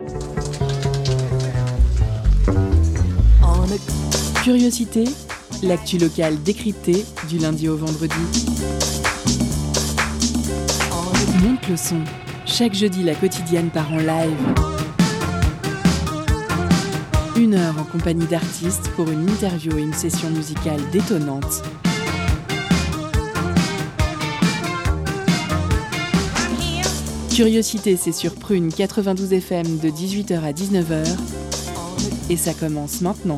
Curiosité, l'actu locale décryptée du lundi au vendredi. Monte le son. Chaque jeudi, la quotidienne part en live. 1 heure en compagnie d'artistes pour une interview et une session musicale détonnante. Curiosité, c'est sur Prune 92 FM de 18h à 19h. Et ça commence maintenant.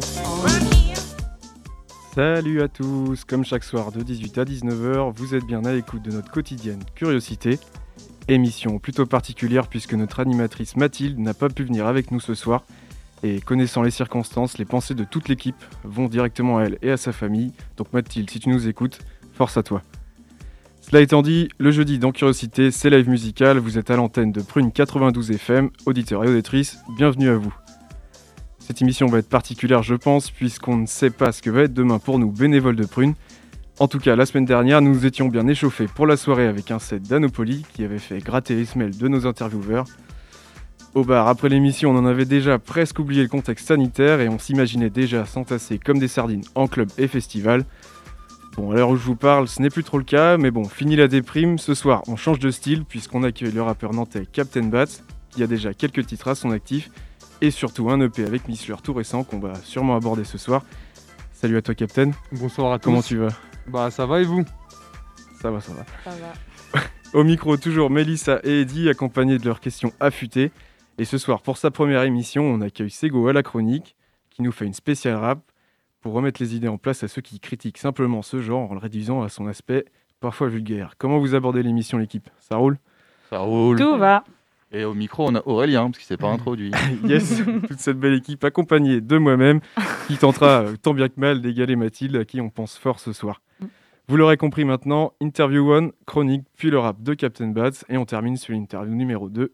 Salut à tous, comme chaque soir de 18 à 19h, vous êtes bien à l'écoute de notre quotidienne Curiosité. Émission plutôt particulière puisque notre animatrice Mathilde n'a pas pu venir avec nous ce soir. Et connaissant les circonstances, les pensées de toute l'équipe vont directement à elle et à sa famille. Donc Mathilde, si tu nous écoutes, force à toi. Cela étant dit, le jeudi dans Curiosité, c'est live musical. Vous êtes à l'antenne de Prune 92 FM, auditeurs et auditrices, bienvenue à vous. Cette émission va être particulière, je pense, puisqu'on ne sait pas ce que va être demain pour nous, bénévoles de Prune. En tout cas, la semaine dernière, nous nous étions bien échauffés pour la soirée avec un set d'Anopoly qui avait fait gratter les semelles de nos intervieweurs. Au bar, après l'émission, on en avait déjà presque oublié le contexte sanitaire et on s'imaginait déjà s'entasser comme des sardines en club et festival. Bon, à l'heure où je vous parle, ce n'est plus trop le cas, mais bon, fini la déprime. Ce soir, on change de style puisqu'on accueille le rappeur nantais Captain Bats, qui a déjà quelques titres à son actif. Et surtout un EP avec Mixlure tout récent qu'on va sûrement aborder ce soir. Salut à toi Captain. Bonsoir à tous. Comment tu vas ? Bah ça va et vous ? Ça va. Ça va. Au micro toujours Mélissa et Eddy accompagnés de leurs questions affûtées. Et ce soir pour sa première émission on accueille Sego à la chronique qui nous fait une spéciale rap pour remettre les idées en place à ceux qui critiquent simplement ce genre en le réduisant à son aspect parfois vulgaire. Comment vous abordez l'émission l'équipe ? Ça roule ? Ça roule. Tout va. Et au micro, on a Aurélien, parce qu'il ne s'est pas introduit. Yes, toute cette belle équipe accompagnée de moi-même, qui tentera tant bien que mal d'égaler Mathilde, à qui on pense fort ce soir. Vous l'aurez compris maintenant, Interview 1, chronique, puis le rap de Captain Bats, et on termine sur l'interview numéro 2.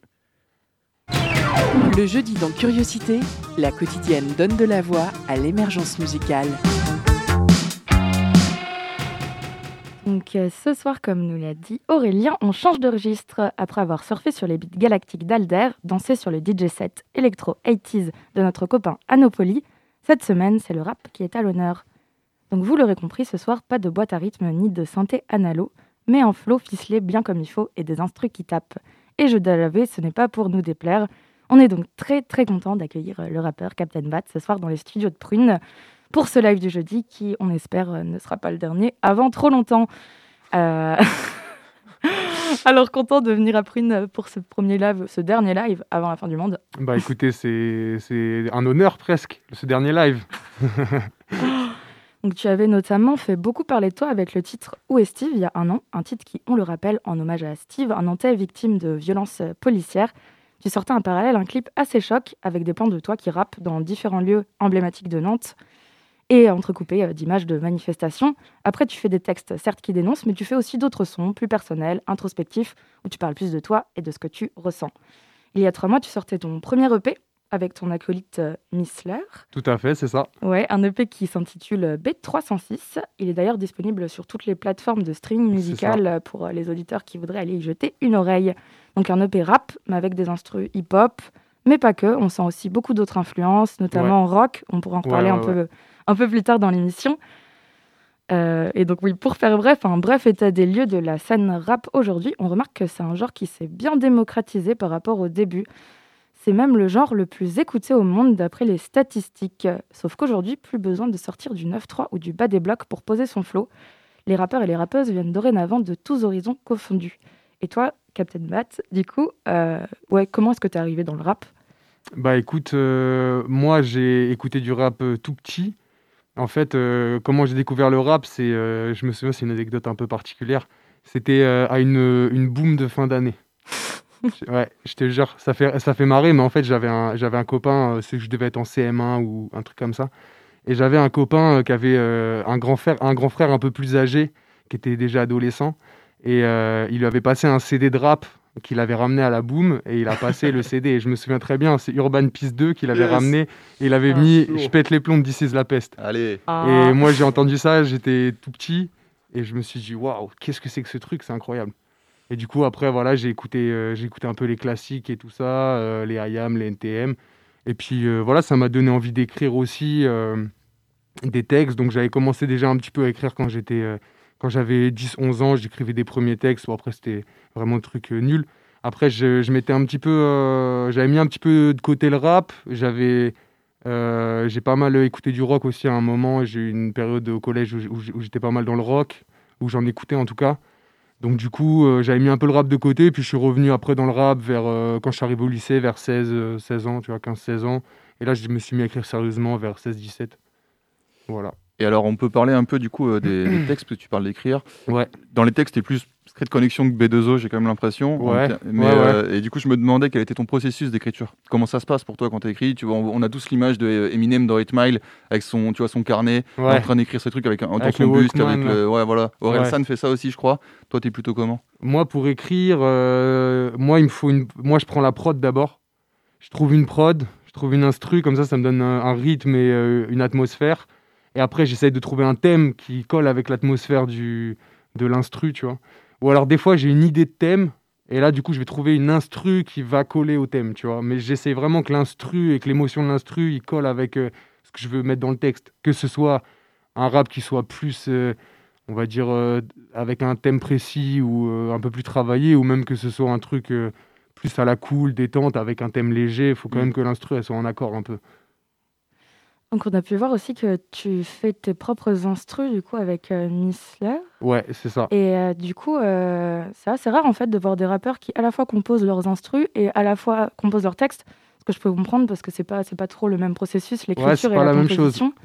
Le jeudi dans Curiosité, la quotidienne donne de la voix à l'émergence musicale. Donc ce soir, comme nous l'a dit Aurélien, on change de registre. Après avoir surfé sur les beats galactiques d'Alder, dansé sur le DJ set électro 80s de notre copain Anopoly, cette semaine, c'est le rap qui est à l'honneur. Donc vous l'aurez compris, ce soir, pas de boîte à rythme ni de synthé analo, mais un flow ficelé bien comme il faut et des instrus qui tapent. Et je dois l'avouer, ce n'est pas pour nous déplaire. On est donc très très content d'accueillir le rappeur Captain Bats ce soir dans les studios de Prune, pour ce live du jeudi qui, on espère, ne sera pas le dernier avant trop longtemps. Alors, content de venir à Prune pour ce dernier live avant la fin du monde. Bah écoutez, c'est un honneur presque, ce dernier live. Donc tu avais notamment fait beaucoup parler de toi avec le titre « Où est Steve ?» il y a 1 an, un titre qui, on le rappelle, en hommage à Steve, un Nantais victime de violences policières. Tu sortais en parallèle un clip assez choc avec des plans de toi qui rappent dans différents lieux emblématiques de Nantes, et entrecoupé d'images de manifestations. Après, tu fais des textes, certes, qui dénoncent, mais tu fais aussi d'autres sons, plus personnels, introspectifs, où tu parles plus de toi et de ce que tu ressens. Il y a 3 mois, tu sortais ton premier EP avec ton acolyte Mixlure. Tout à fait, c'est ça. Ouais, un EP qui s'intitule B306. Il est d'ailleurs disponible sur toutes les plateformes de streaming musical pour les auditeurs qui voudraient aller y jeter une oreille. Donc un EP rap, mais avec des instrus hip-hop, mais pas que. On sent aussi beaucoup d'autres influences, notamment rock. On pourra en reparler un peu plus tard dans l'émission. Et donc oui, pour faire un bref état des lieux de la scène rap aujourd'hui, on remarque que c'est un genre qui s'est bien démocratisé par rapport au début. C'est même le genre le plus écouté au monde d'après les statistiques. Sauf qu'aujourd'hui, plus besoin de sortir du 9-3 ou du bas des blocs pour poser son flow. Les rappeurs et les rappeuses viennent dorénavant de tous horizons confondus. Et toi, Captain Bats, du coup, comment est-ce que tu es arrivé dans le rap ? Bah écoute, moi j'ai écouté du rap tout petit. En fait, comment j'ai découvert le rap, je me souviens, c'est une anecdote un peu particulière. C'était à une boom de fin d'année. Ouais, je te jure, ça fait marrer, mais en fait, j'avais un copain, c'est que je devais être en CM1 ou un truc comme ça. Et j'avais un copain qui avait un grand frère un peu plus âgé, qui était déjà adolescent. Et il lui avait passé un CD de rap qu'il avait ramené à la boom, et il a passé le CD. Et je me souviens très bien, c'est Urban Peace 2 qu'il avait ramené, et il avait mis « Je pète les plombs, This is la peste ». Allez. Et moi, j'ai entendu ça, j'étais tout petit, et je me suis dit « Waouh, qu'est-ce que c'est que ce truc, c'est incroyable ». Et du coup, après, voilà, j'ai écouté un peu les classiques et tout ça, les IAM, les NTM. Et puis, voilà, ça m'a donné envie d'écrire aussi des textes. Donc, j'avais commencé déjà un petit peu à écrire quand j'avais 10-11 ans. J'écrivais des premiers textes. Bon, après, c'était vraiment un truc nul. Après, je m'étais un petit peu... j'avais mis un petit peu de côté le rap. J'ai pas mal écouté du rock aussi à un moment. J'ai eu une période au collège où j'étais pas mal dans le rock, où j'en écoutais en tout cas. Donc du coup, j'avais mis un peu le rap de côté, puis je suis revenu après dans le rap quand je suis arrivé au lycée, vers 16 ans, tu vois, 15-16 ans. Et là, je me suis mis à écrire sérieusement vers 16-17. Voilà. Et alors, on peut parler un peu du coup des textes, parce que tu parles d'écrire. Ouais. Dans les textes, t'es plus Street Connection que B2O, j'ai quand même l'impression. Ouais. Et du coup, je me demandais quel était ton processus d'écriture. Comment ça se passe pour toi quand tu écris? Tu vois, on a tous l'image de Eminem dans 8 Mile avec son carnet, en train d'écrire ses trucs avec son buste, Walkman, avec le. Ouais, voilà. Orelsan Ouais. fait ça aussi, je crois. Toi, t'es plutôt comment? Moi, pour écrire, moi, moi, je prends la prod d'abord. Je trouve une prod, je trouve une instru, comme ça me donne un rythme et une atmosphère. Et après, j'essaye de trouver un thème qui colle avec l'atmosphère de l'instru, tu vois. Ou alors, des fois, j'ai une idée de thème, et là, du coup, je vais trouver une instru qui va coller au thème, tu vois. Mais j'essaye vraiment que l'instru et que l'émotion de l'instru, il colle avec ce que je veux mettre dans le texte. Que ce soit un rap qui soit plus, on va dire, avec un thème précis ou un peu plus travaillé, ou même que ce soit un truc plus à la cool, détente, avec un thème léger. Il faut quand même que l'instru, elle soit en accord un peu. Donc, on a pu voir aussi que tu fais tes propres instrus, du coup, avec Missler. Ouais, c'est ça. Et du coup, c'est assez rare, en fait, de voir des rappeurs qui, à la fois, composent leurs instrus et à la fois composent leurs textes. Ce que je peux comprendre, parce que c'est pas trop le même processus, l'écriture et la composition.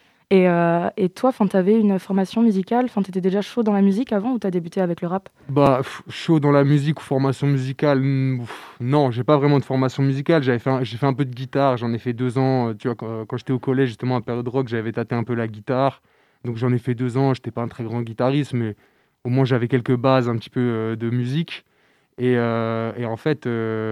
Et toi, tu avais une formation musicale, tu étais déjà chaud dans la musique avant ou tu as débuté avec le rap? Chaud dans la musique ou formation musicale, non, j'ai pas vraiment de formation musicale. J'ai fait un peu de guitare, j'en ai fait 2 ans. Tu vois, quand j'étais au collège, justement, à période rock, j'avais tâté un peu la guitare. Donc j'en ai fait 2 ans, j'étais pas un très grand guitariste, mais au moins j'avais quelques bases un petit peu de musique. Et en fait,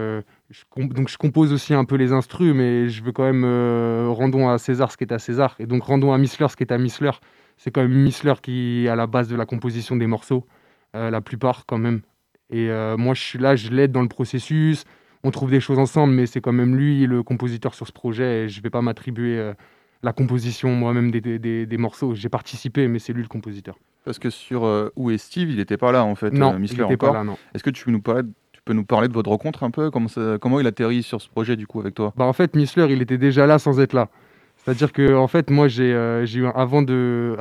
je compose aussi un peu les instrus, mais je veux quand même rendons à César ce qui est à César. Et donc rendons à Missler ce qui est à Missler. C'est quand même Missler qui est à la base de la composition des morceaux, la plupart quand même. Et moi, je suis là, je l'aide dans le processus. On trouve des choses ensemble, mais c'est quand même lui le compositeur sur ce projet. Et je ne vais pas m'attribuer la composition moi-même des morceaux. J'ai participé, mais c'est lui le compositeur. Parce que sur Où est Steve, il n'était pas là en fait. Non, Missler il n'était encore. pas là, non. Est-ce que tu peux nous parler de votre rencontre un peu? Comment il atterrit sur ce projet du coup avec toi? En fait, Missler, il était déjà là sans être là. C'est-à-dire que en fait, moi, j'ai eu avant de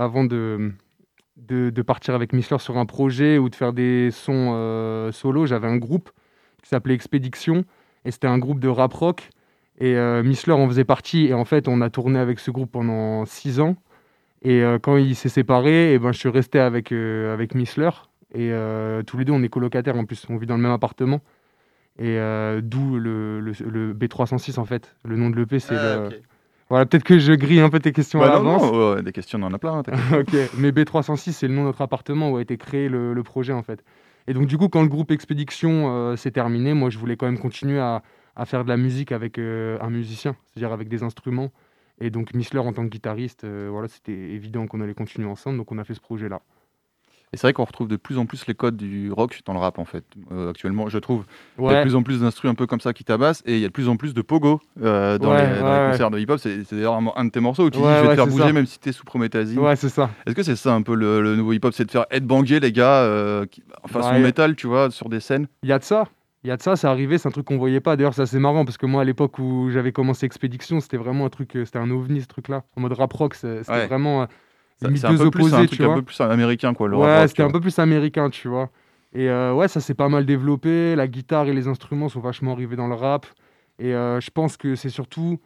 partir avec Missler sur un projet ou de faire des sons solo, j'avais un groupe qui s'appelait Expédition et c'était un groupe de rap rock et Missler en faisait partie et en fait, on a tourné avec ce groupe pendant 6 ans et quand il s'est séparé, je suis resté avec Missler et tous les deux, on est colocataires en plus, on vit dans le même appartement. Et d'où le B306 en fait. Le nom de l'EP, c'est okay. Voilà, peut-être que je grille un peu tes questions à l'avance. Non, des questions, on en a plein. Ok, mais B306, c'est le nom de notre appartement où a été créé le projet en fait. Et donc du coup, quand le groupe Expédition s'est terminé, moi je voulais quand même continuer à faire de la musique avec un musicien, c'est-à-dire avec des instruments. Et donc Missler en tant que guitariste, voilà, c'était évident qu'on allait continuer ensemble, donc on a fait ce projet-là. Et c'est vrai qu'on retrouve de plus en plus les codes du rock dans le rap en fait. Actuellement, je trouve il y a de plus en plus d'instrus un peu comme ça qui tabassent et il y a de plus en plus de pogo dans les concerts de hip-hop. C'est d'ailleurs un de tes morceaux où tu dis je vais te faire bouger ça. Même si t'es sous prométhazine. Ouais, c'est ça. Est-ce que c'est ça un peu le nouveau hip-hop, c'est de faire headbanger les gars façon métal, tu vois, sur des scènes? Il y a de ça. C'est arrivé, c'est un truc qu'on voyait pas. D'ailleurs, c'est assez marrant parce que moi, à l'époque où j'avais commencé Expédition, c'était vraiment un truc, c'était un ovni ce truc-là. En mode rap rock, c'était vraiment. C'est un peu plus un truc un peu plus américain quoi. C'était un peu plus américain, tu vois. Et ça s'est pas mal développé. La guitare et les instruments sont vachement arrivés dans le rap. Et je pense que c'est surtout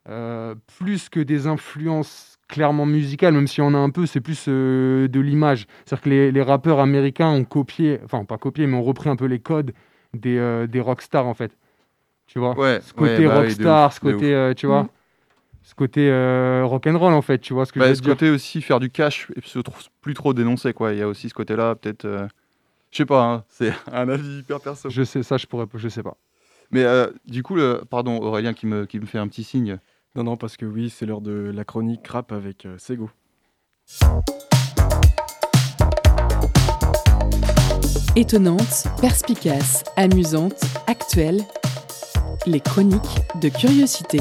plus que des influences clairement musicales, même si on a un peu, c'est plus de l'image. C'est-à-dire que les rappeurs américains ont copié, enfin pas copié, mais ont repris un peu les codes des rockstars en fait. Tu vois. Ce côté rockstar, ce côté, tu vois. Ce côté rock'n'roll en fait, tu vois ce que je veux dire. Ce côté aussi faire du cash et se plus trop dénoncer quoi. Il y a aussi ce côté-là peut-être. Je sais pas, hein, c'est un avis hyper perso. Je sais ça, je sais pas. Mais du coup, pardon Aurélien qui me fait un petit signe. Non, parce que oui, c'est l'heure de la chronique rap avec Sego. Étonnante, perspicace, amusante, actuelle, les chroniques de Curiosité.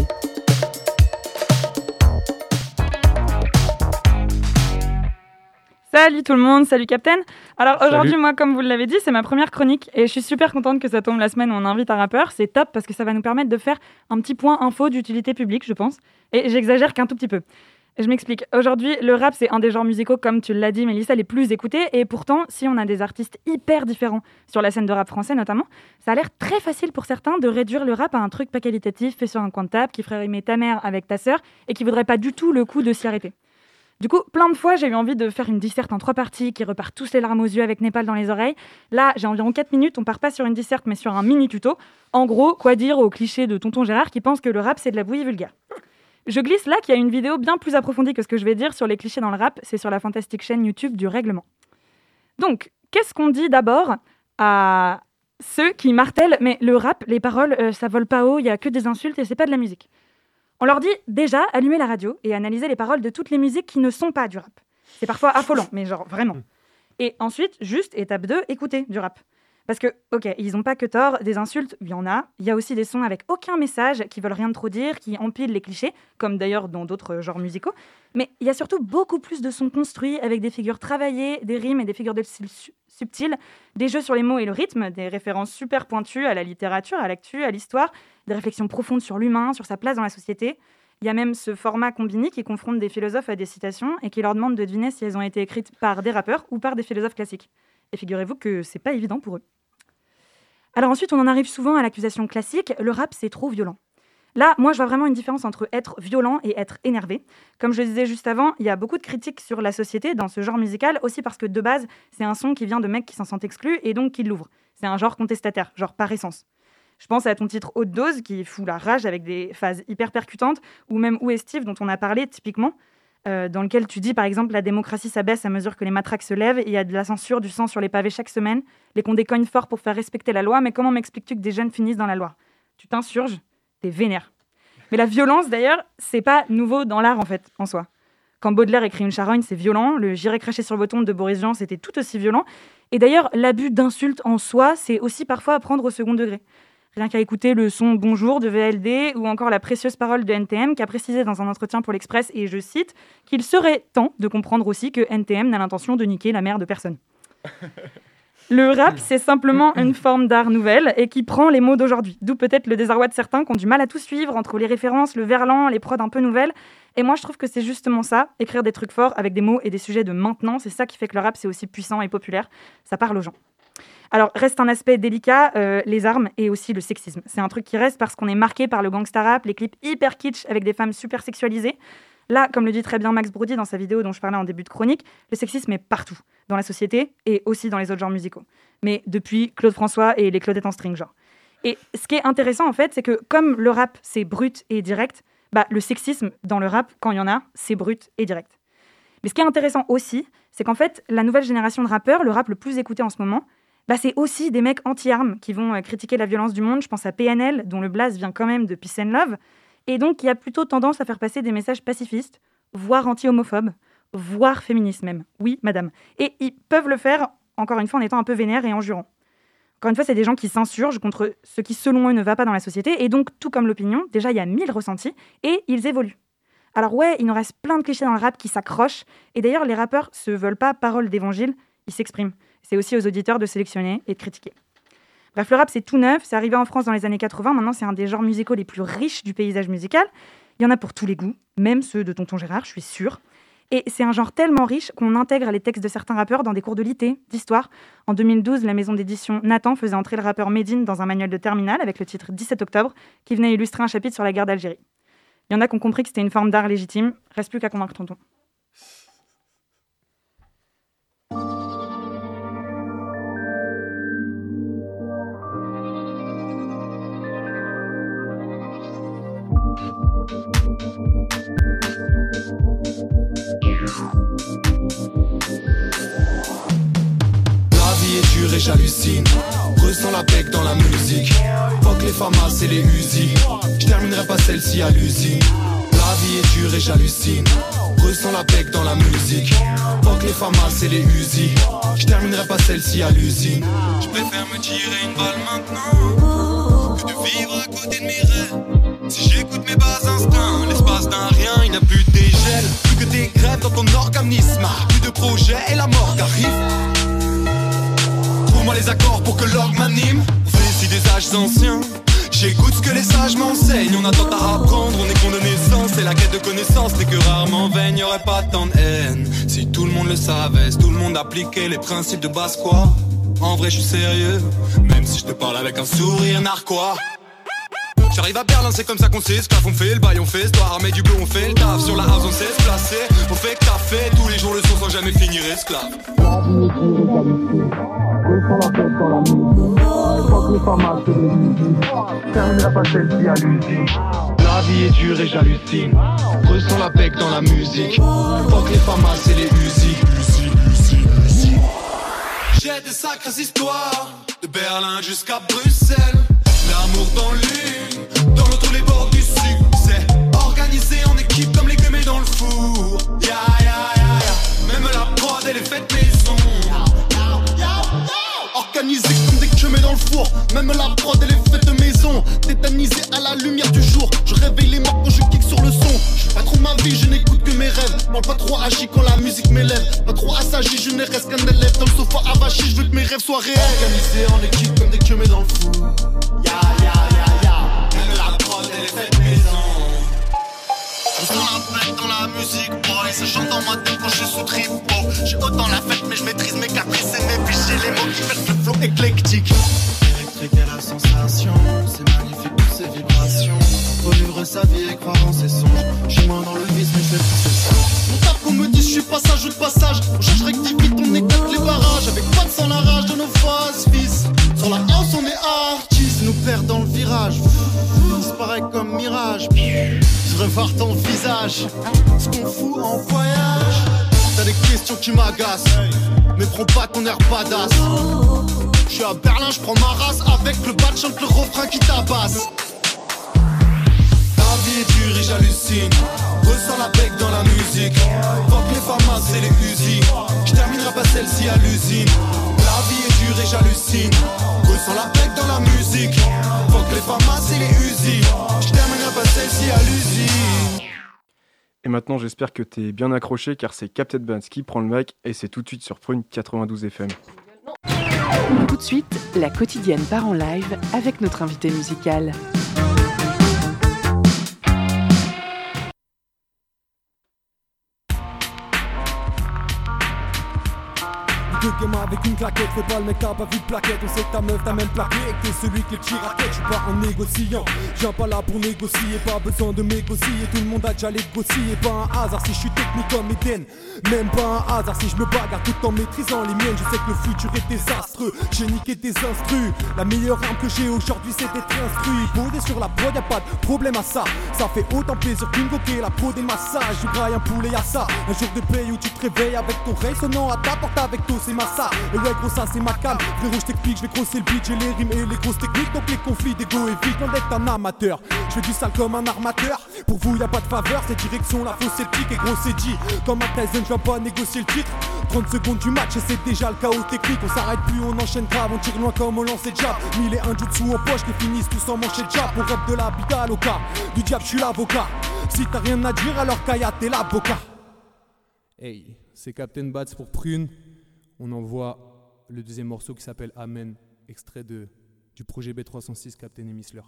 Salut tout le monde, salut Captain. Alors aujourd'hui, moi, comme vous l'avez dit, c'est ma première chronique et je suis super contente que ça tombe la semaine où on invite un rappeur. C'est top parce que ça va nous permettre de faire un petit point info d'utilité publique, je pense. Et j'exagère qu'un tout petit peu. Je m'explique. Aujourd'hui, le rap, c'est un des genres musicaux, comme tu l'as dit, Mélissa, les plus écoutés. Et pourtant, si on a des artistes hyper différents sur la scène de rap français notamment, ça a l'air très facile pour certains de réduire le rap à un truc pas qualitatif, fait sur un coin de table, qui ferait rimer ta mère avec ta sœur et qui vaudrait pas du tout le coup de s'y arrêter. Du coup, plein de fois, j'ai eu envie de faire une disserte en 3 parties qui repart tous les larmes aux yeux avec Népal dans les oreilles. Là, j'ai environ 4 minutes, on part pas sur une disserte mais sur un mini tuto. En gros, quoi dire au cliché de tonton Gérard qui pense que le rap c'est de la bouillie vulgaire. Je glisse là qu'il y a une vidéo bien plus approfondie que ce que je vais dire sur les clichés dans le rap, c'est sur la fantastique chaîne YouTube du Règlement. Donc, qu'est-ce qu'on dit d'abord à ceux qui martèlent « mais le rap, les paroles, ça vole pas haut, il y a que des insultes et c'est pas de la musique ». On leur dit déjà, allumez la radio et analysez les paroles de toutes les musiques qui ne sont pas du rap. C'est parfois affolant, mais genre vraiment. Et ensuite, juste étape 2, écoutez du rap. Parce que, ok, ils n'ont pas que tort, des insultes, il y en a. Il y a aussi des sons avec aucun message, qui veulent rien de trop dire, qui empilent les clichés, comme d'ailleurs dans d'autres genres musicaux. Mais il y a surtout beaucoup plus de sons construits, avec des figures travaillées, des rimes et des figures de style subtiles, des jeux sur les mots et le rythme, des références super pointues à la littérature, à l'actu, à l'histoire, des réflexions profondes sur l'humain, sur sa place dans la société. Il y a même ce format combiné qui confronte des philosophes à des citations et qui leur demande de deviner si elles ont été écrites par des rappeurs ou par des philosophes classiques. Et figurez-vous que c'est pas évident pour eux. Alors ensuite, on en arrive souvent à l'accusation classique, le rap c'est trop violent. Là, moi je vois vraiment une différence entre être violent et être énervé. Comme je le disais juste avant, il y a beaucoup de critiques sur la société dans ce genre musical, aussi parce que de base, c'est un son qui vient de mecs qui s'en sentent exclus et donc qui l'ouvrent. C'est un genre contestataire, genre par essence. Je pense à ton titre Haute Dose qui fout la rage avec des phases hyper percutantes, ou même Où est Steve dont on a parlé typiquement, dans lequel tu dis par exemple la démocratie s'abaisse à mesure que les matraques se lèvent, il y a de la censure, du sang sur les pavés chaque semaine, les condés cognent fort pour faire respecter la loi, mais comment m'expliques-tu que des jeunes finissent dans la loi ? Tu t'insurges, t'es vénère. Mais la violence d'ailleurs, c'est pas nouveau dans l'art en fait, en soi. Quand Baudelaire écrit Une charogne, c'est violent, le J'irai cracher sur vos tombes de Boris Vian, c'était tout aussi violent, et d'ailleurs l'abus d'insultes en soi, c'est aussi parfois à prendre au second degré. Rien qu'à écouter le son Bonjour de VLD ou encore la précieuse parole de NTM qui a précisé dans un entretien pour l'Express, et je cite, qu'il serait temps de comprendre aussi que NTM n'a l'intention de niquer la mère de personne. Le rap, c'est simplement une forme d'art nouvelle et qui prend les mots d'aujourd'hui. D'où peut-être le désarroi de certains qui ont du mal à tout suivre entre les références, le verlan, les prods un peu nouvelles. Et moi, je trouve que c'est justement ça, écrire des trucs forts avec des mots et des sujets de maintenant. C'est ça qui fait que le rap, c'est aussi puissant et populaire. Ça parle aux gens. Alors, reste un aspect délicat, les armes et aussi le sexisme. C'est un truc qui reste parce qu'on est marqué par le gangsta rap, les clips hyper kitsch avec des femmes super sexualisées. Là, comme le dit très bien Max Brody dans sa vidéo dont je parlais en début de chronique, le sexisme est partout, dans la société et aussi dans les autres genres musicaux. Mais depuis Claude François et les Claudettes en string, genre. Et ce qui est intéressant, en fait, c'est que comme le rap, c'est brut et direct, le sexisme dans le rap, quand il y en a, c'est brut et direct. Mais ce qui est intéressant aussi, c'est qu'en fait, la nouvelle génération de rappeurs, le rap le plus écouté en ce moment, c'est aussi des mecs anti-armes qui vont critiquer la violence du monde. Je pense à PNL, dont le blaze vient quand même de Peace and Love, et donc qui a plutôt tendance à faire passer des messages pacifistes, voire anti-homophobes, voire féministes même. Oui, madame. Et ils peuvent le faire, encore une fois, en étant un peu vénères et en jurant. Encore une fois, c'est des gens qui s'insurgent contre ce qui, selon eux, ne va pas dans la société, et donc, tout comme l'opinion, déjà, il y a 1000 ressentis, et ils évoluent. Alors ouais, il nous reste plein de clichés dans le rap qui s'accrochent, et d'ailleurs, les rappeurs se veulent pas parole d'évangile, ils s'expriment. C'est aussi aux auditeurs de sélectionner et de critiquer. Bref, le rap, c'est tout neuf. C'est arrivé en France dans les années 80. Maintenant, c'est un des genres musicaux les plus riches du paysage musical. Il y en a pour tous les goûts, même ceux de tonton Gérard, je suis sûre. Et c'est un genre tellement riche qu'on intègre les textes de certains rappeurs dans des cours de lit, d'histoire. En 2012, la maison d'édition Nathan faisait entrer le rappeur Medine dans un manuel de terminale avec le titre 17 octobre, qui venait illustrer un chapitre sur la guerre d'Algérie. Il y en a qui ont compris que c'était une forme d'art légitime. Reste plus qu'à convaincre tonton. Et j'hallucine, ressens la bec dans la musique. Fuck les famas et les usines, je terminerai pas celle-ci à l'usine. La vie est dure et j'hallucine, ressens la bec dans la musique. Fuck les famas et les Uzi. Je terminerai pas celle-ci à l'usine. Je préfère me tirer une balle maintenant que de vivre à côté de mes rêves. Si j'écoute mes bas instincts, l'espace d'un rien, il n'y a plus de dégel. Plus que des grèves dans ton organisme. Plus de projets et la mort arrive. Trouve-moi les accords pour que l'orgue m'anime. On fait ici des âges anciens. J'écoute ce que les sages m'enseignent. On a tant à apprendre, on est con de naissance. Et la quête de connaissance n'est que rarement vaine. Y'aurait pas tant de haine si tout le monde le savait. Si tout le monde appliquait les principes de base quoi. En vrai je suis sérieux, même si je te parle avec un sourire narquois. J'arrive à Berlin, c'est comme ça qu'on s'esclave. On fait le bail, on fait histoire, armé du bleu, on fait le taf. Sur la house, on sait se placer. On fait que t'as fait tous les jours le son sans jamais finir esclave. La vie est dure et j'hallucine. Ressens la bec dans la musique. Fuck les famas et les Uzi. J'ai des sacrées histoires, de Berlin jusqu'à Bruxelles. L'amour dans l'une, dans l'autre les bords du succès. Organisé en équipe comme les gueumets dans le four. Ya ya ya ya. Même la prod elle est faite maison. Organisé comme des gueumets dans le four. Même la prod elle est faite maison. Tétanisé à la lumière du jour. Je réveille les morts quand je kick sur le son. Je fais pas trop ma vie, je n'écoute que mes rêves. Parle pas trop agi quand la musique m'élève. Pas trop assagi, je ne reste qu'un élève. Dans le sofa avachi, je veux que mes rêves soient réels. Organisé en équipe comme des gueumets dans le four. Ya ya ya ya. Même la prod elle est faite maison. Je sens la fête dans la musique, boy. Ça chante dans ma tête quand je suis sous trippo. J'ai autant la fête mais je maîtrise mes caprices et mes biches. Les mots qui perdent le flow éclectique. Électrique et la sensation. C'est magnifique toutes ces vibrations. Faut vivre sa vie et croire en ses songes. Je suis moins dans le vice mais je fais plus ça. On tape qu'on me dit je suis passage ou de passage. On cherche rectifie, on écarte les barrages. Avec pas de sang la rage de nos phases fils. Sur la house on est artistes. Nous perd dans le virage. Disparaît comme mirage. Je revoir ton visage. Ce qu'on fout en voyage. T'as des questions qui m'agacent. Mais prends pas ton air badass. Je suis à Berlin, je prends ma race. Avec le bas chante le refrain qui tabasse. La vie est dure et j'hallucine. Ressens la bec dans la musique. Fuck les famas et les Uzi. Je terminerai pas celle-ci à l'usine. La vie est dure et j'hallucine. Ressens la bec dans la musique. Fuck les famas et les Uzi. Je terminerai pas celle-ci à l'usine. Et maintenant, j'espère que t'es bien accroché car c'est Captain Bands qui prend le mic et c'est tout de suite sur Prune 92 FM. Tout de suite, la quotidienne part en live avec notre invité musical. Deux gamins avec une claquette, fais pas le mec, t'as pas vu de plaquette. On sait que ta meuf t'a même plaqué et que t'es celui qui les tire à tête. J'suis pas un négociant, j'viens pas là pour négocier. Pas besoin de négocier, tout le monde a déjà les négocié. Pas un hasard si j'suis technique comme Eden. Même pas un hasard si j'me bagarre tout en maîtrisant les miennes. Je sais que le futur est désastreux, j'ai niqué tes instrus. La meilleure arme que j'ai aujourd'hui c'est d'être instruit. Posé sur la prod, y'a pas de problème à ça. Ça fait autant plaisir qu'une goquée, la peau des massages. Du graille un poulet à ça. Un jour de paye où tu te réveilles avec ton rey sonnant à ta porte avec toi. C'est ma ça, et ouais gros ça c'est ma cam. Frérot je t'explique, je vais grosser le beat. J'ai les rimes et les grosses techniques. Donc les conflits d'ego évitent, loin d'être un amateur. Je fais du sale comme un armateur. Pour vous y'a pas de faveur, c'est direction la fausse sceptique. Et gros c'est dit, comme un Tyson je viens pas négocier le titre. 30 secondes du match et c'est déjà le chaos technique. On s'arrête plus, on enchaîne grave, on tire loin comme on lance les jabs. 1000 et un jutsu en poche, qui finissent tous en manche de jab. On rêve de la bidale au cas du diable, je suis l'avocat. Si t'as rien à dire alors Kaya t'es l'avocat. Hey, c'est Captain Bats pour Prune. On envoie le deuxième morceau qui s'appelle Amen, extrait du projet B306 Captain et Missler.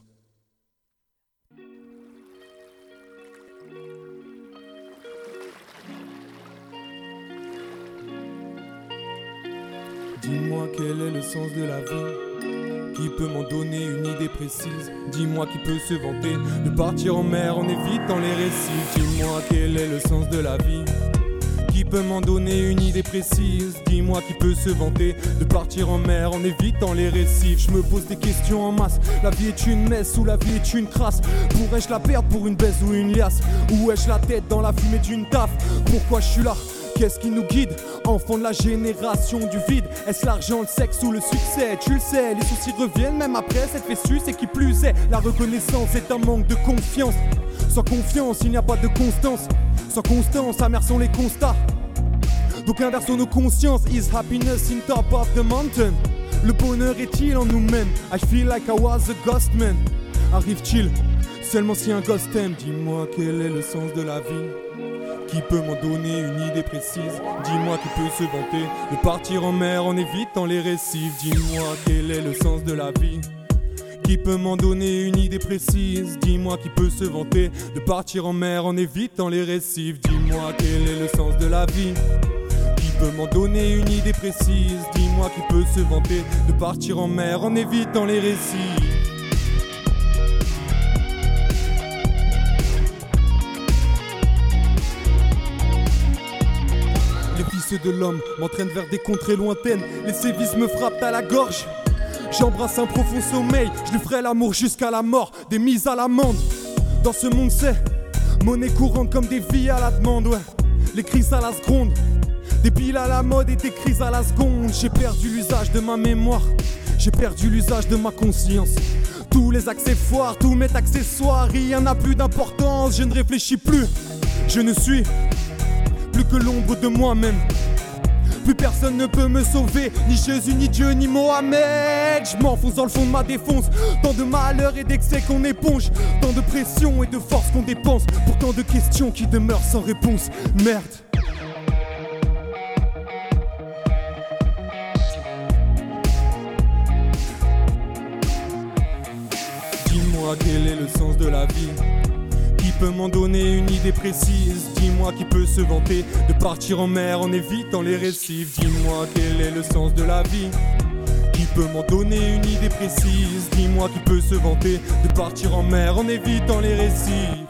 Dis-moi quel est le sens de la vie, qui peut m'en donner une idée précise. Dis-moi qui peut se vanter de partir en mer en évitant les récifs. Dis-moi quel est le sens de la vie, qui peut m'en donner une idée précise. Dis-moi qui peut se vanter de partir en mer en évitant les récifs. Je me pose des questions en masse. La vie est une messe ou la vie est une crasse? Pourrais-je la perdre pour une baisse ou une liasse? Ou ai-je la tête dans la fumée d'une taf? Pourquoi je suis là? Qu'est-ce qui nous guide? Enfant de la génération du vide. Est-ce l'argent, le sexe ou le succès? Tu le sais, les soucis reviennent même après cette fessus. Et qui plus est, la reconnaissance est un manque de confiance. Sans confiance, il n'y a pas de constance. sans constance, sa mère sont les constats. Donc inversons nos consciences. Is happiness in top of the mountain? Le bonheur est-il en nous-mêmes? I feel like I was a ghost man. Arrive-t-il seulement si un ghost t'aime? Dis-moi quel est le sens de la vie? Qui peut m'en donner une idée précise? Dis-moi qui peut se vanter de partir en mer en évitant les récifs. Dis-moi quel est le sens de la vie? Qui peut m'en donner une idée précise? Dis-moi qui peut se vanter de partir en mer en évitant les récifs. Dis-moi quel est le sens de la vie? Qui peut m'en donner une idée précise? Dis-moi qui peut se vanter de partir en mer en évitant les récifs. Les fils de l'homme m'entraînent vers des contrées lointaines. Les sévices me frappent à la gorge. J'embrasse un profond sommeil, je lui ferai l'amour jusqu'à la mort, des mises à l'amende. Dans ce monde c'est monnaie courante comme des vies à la demande, ouais. Les crises à la seconde, des piles à la mode et des crises à la seconde. J'ai perdu l'usage de ma mémoire, j'ai perdu l'usage de ma conscience. Tous les accès foires, tous mes accessoires, rien n'a plus d'importance. Je ne réfléchis plus, je ne suis plus que l'ombre de moi-même. Plus personne ne peut me sauver, ni Jésus, ni Dieu, ni Mohamed. Je m'enfonce dans le fond de ma défonce. Tant de malheur et d'excès qu'on éponge, tant de pression et de force qu'on dépense, pour tant de questions qui demeurent sans réponse. Merde. Dis-moi quel est le sens de la vie? Qui peut m'en donner une idée précise? Dis-moi qui peut se vanter de partir en mer en évitant les récifs. Dis-moi quel est le sens de la vie? Qui peut m'en donner une idée précise? Dis-moi qui peut se vanter de partir en mer en évitant les récifs.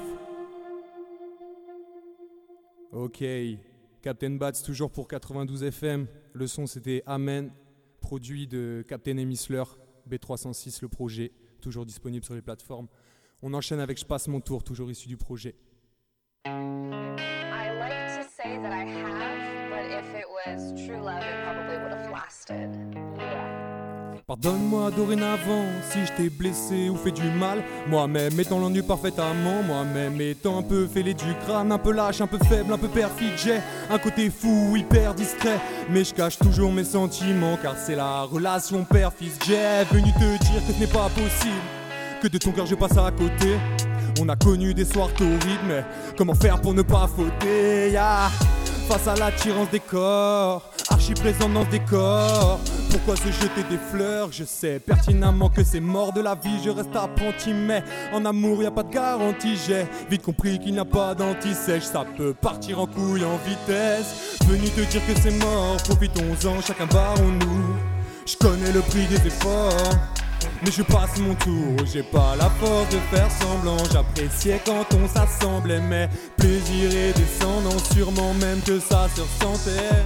Ok, Captain Bats toujours pour 92 FM. Le son c'était Amen, produit de Captain Emisler, B306 le projet, toujours disponible sur les plateformes. On enchaîne avec Je passe mon tour, toujours issu du projet. I like to say that I have, but if it was true love, it probably would have lasted. Pardonne-moi dorénavant si je t'ai blessé ou fait du mal. Moi-même étant l'ennui parfait amant, moi-même étant un peu fêlé du crâne, un peu lâche, un peu faible, un peu perfide. J'ai un côté fou, hyper discret, mais je cache toujours mes sentiments, car c'est la relation père-fils. J'ai venu te dire que ce n'est pas possible, que de ton cœur je passe à côté. On a connu des soirs torrides, mais comment faire pour ne pas fauter, yeah. Face à l'attirance des corps, archi présente dans ce décor. Pourquoi se jeter des fleurs? Je sais pertinemment que c'est mort de la vie. Je reste apprenti, mais en amour y a pas de garantie. J'ai vite compris qu'il n'y a pas d'anti-sèche. Ça peut partir en couille en vitesse. Venu te dire que c'est mort, profitons-en, chacun barrons-nous. Je connais le prix des efforts, mais je passe mon tour, j'ai pas la force de faire semblant. J'appréciais quand on s'assemblait, mais plaisir et descendant, sûrement même que ça se ressentait.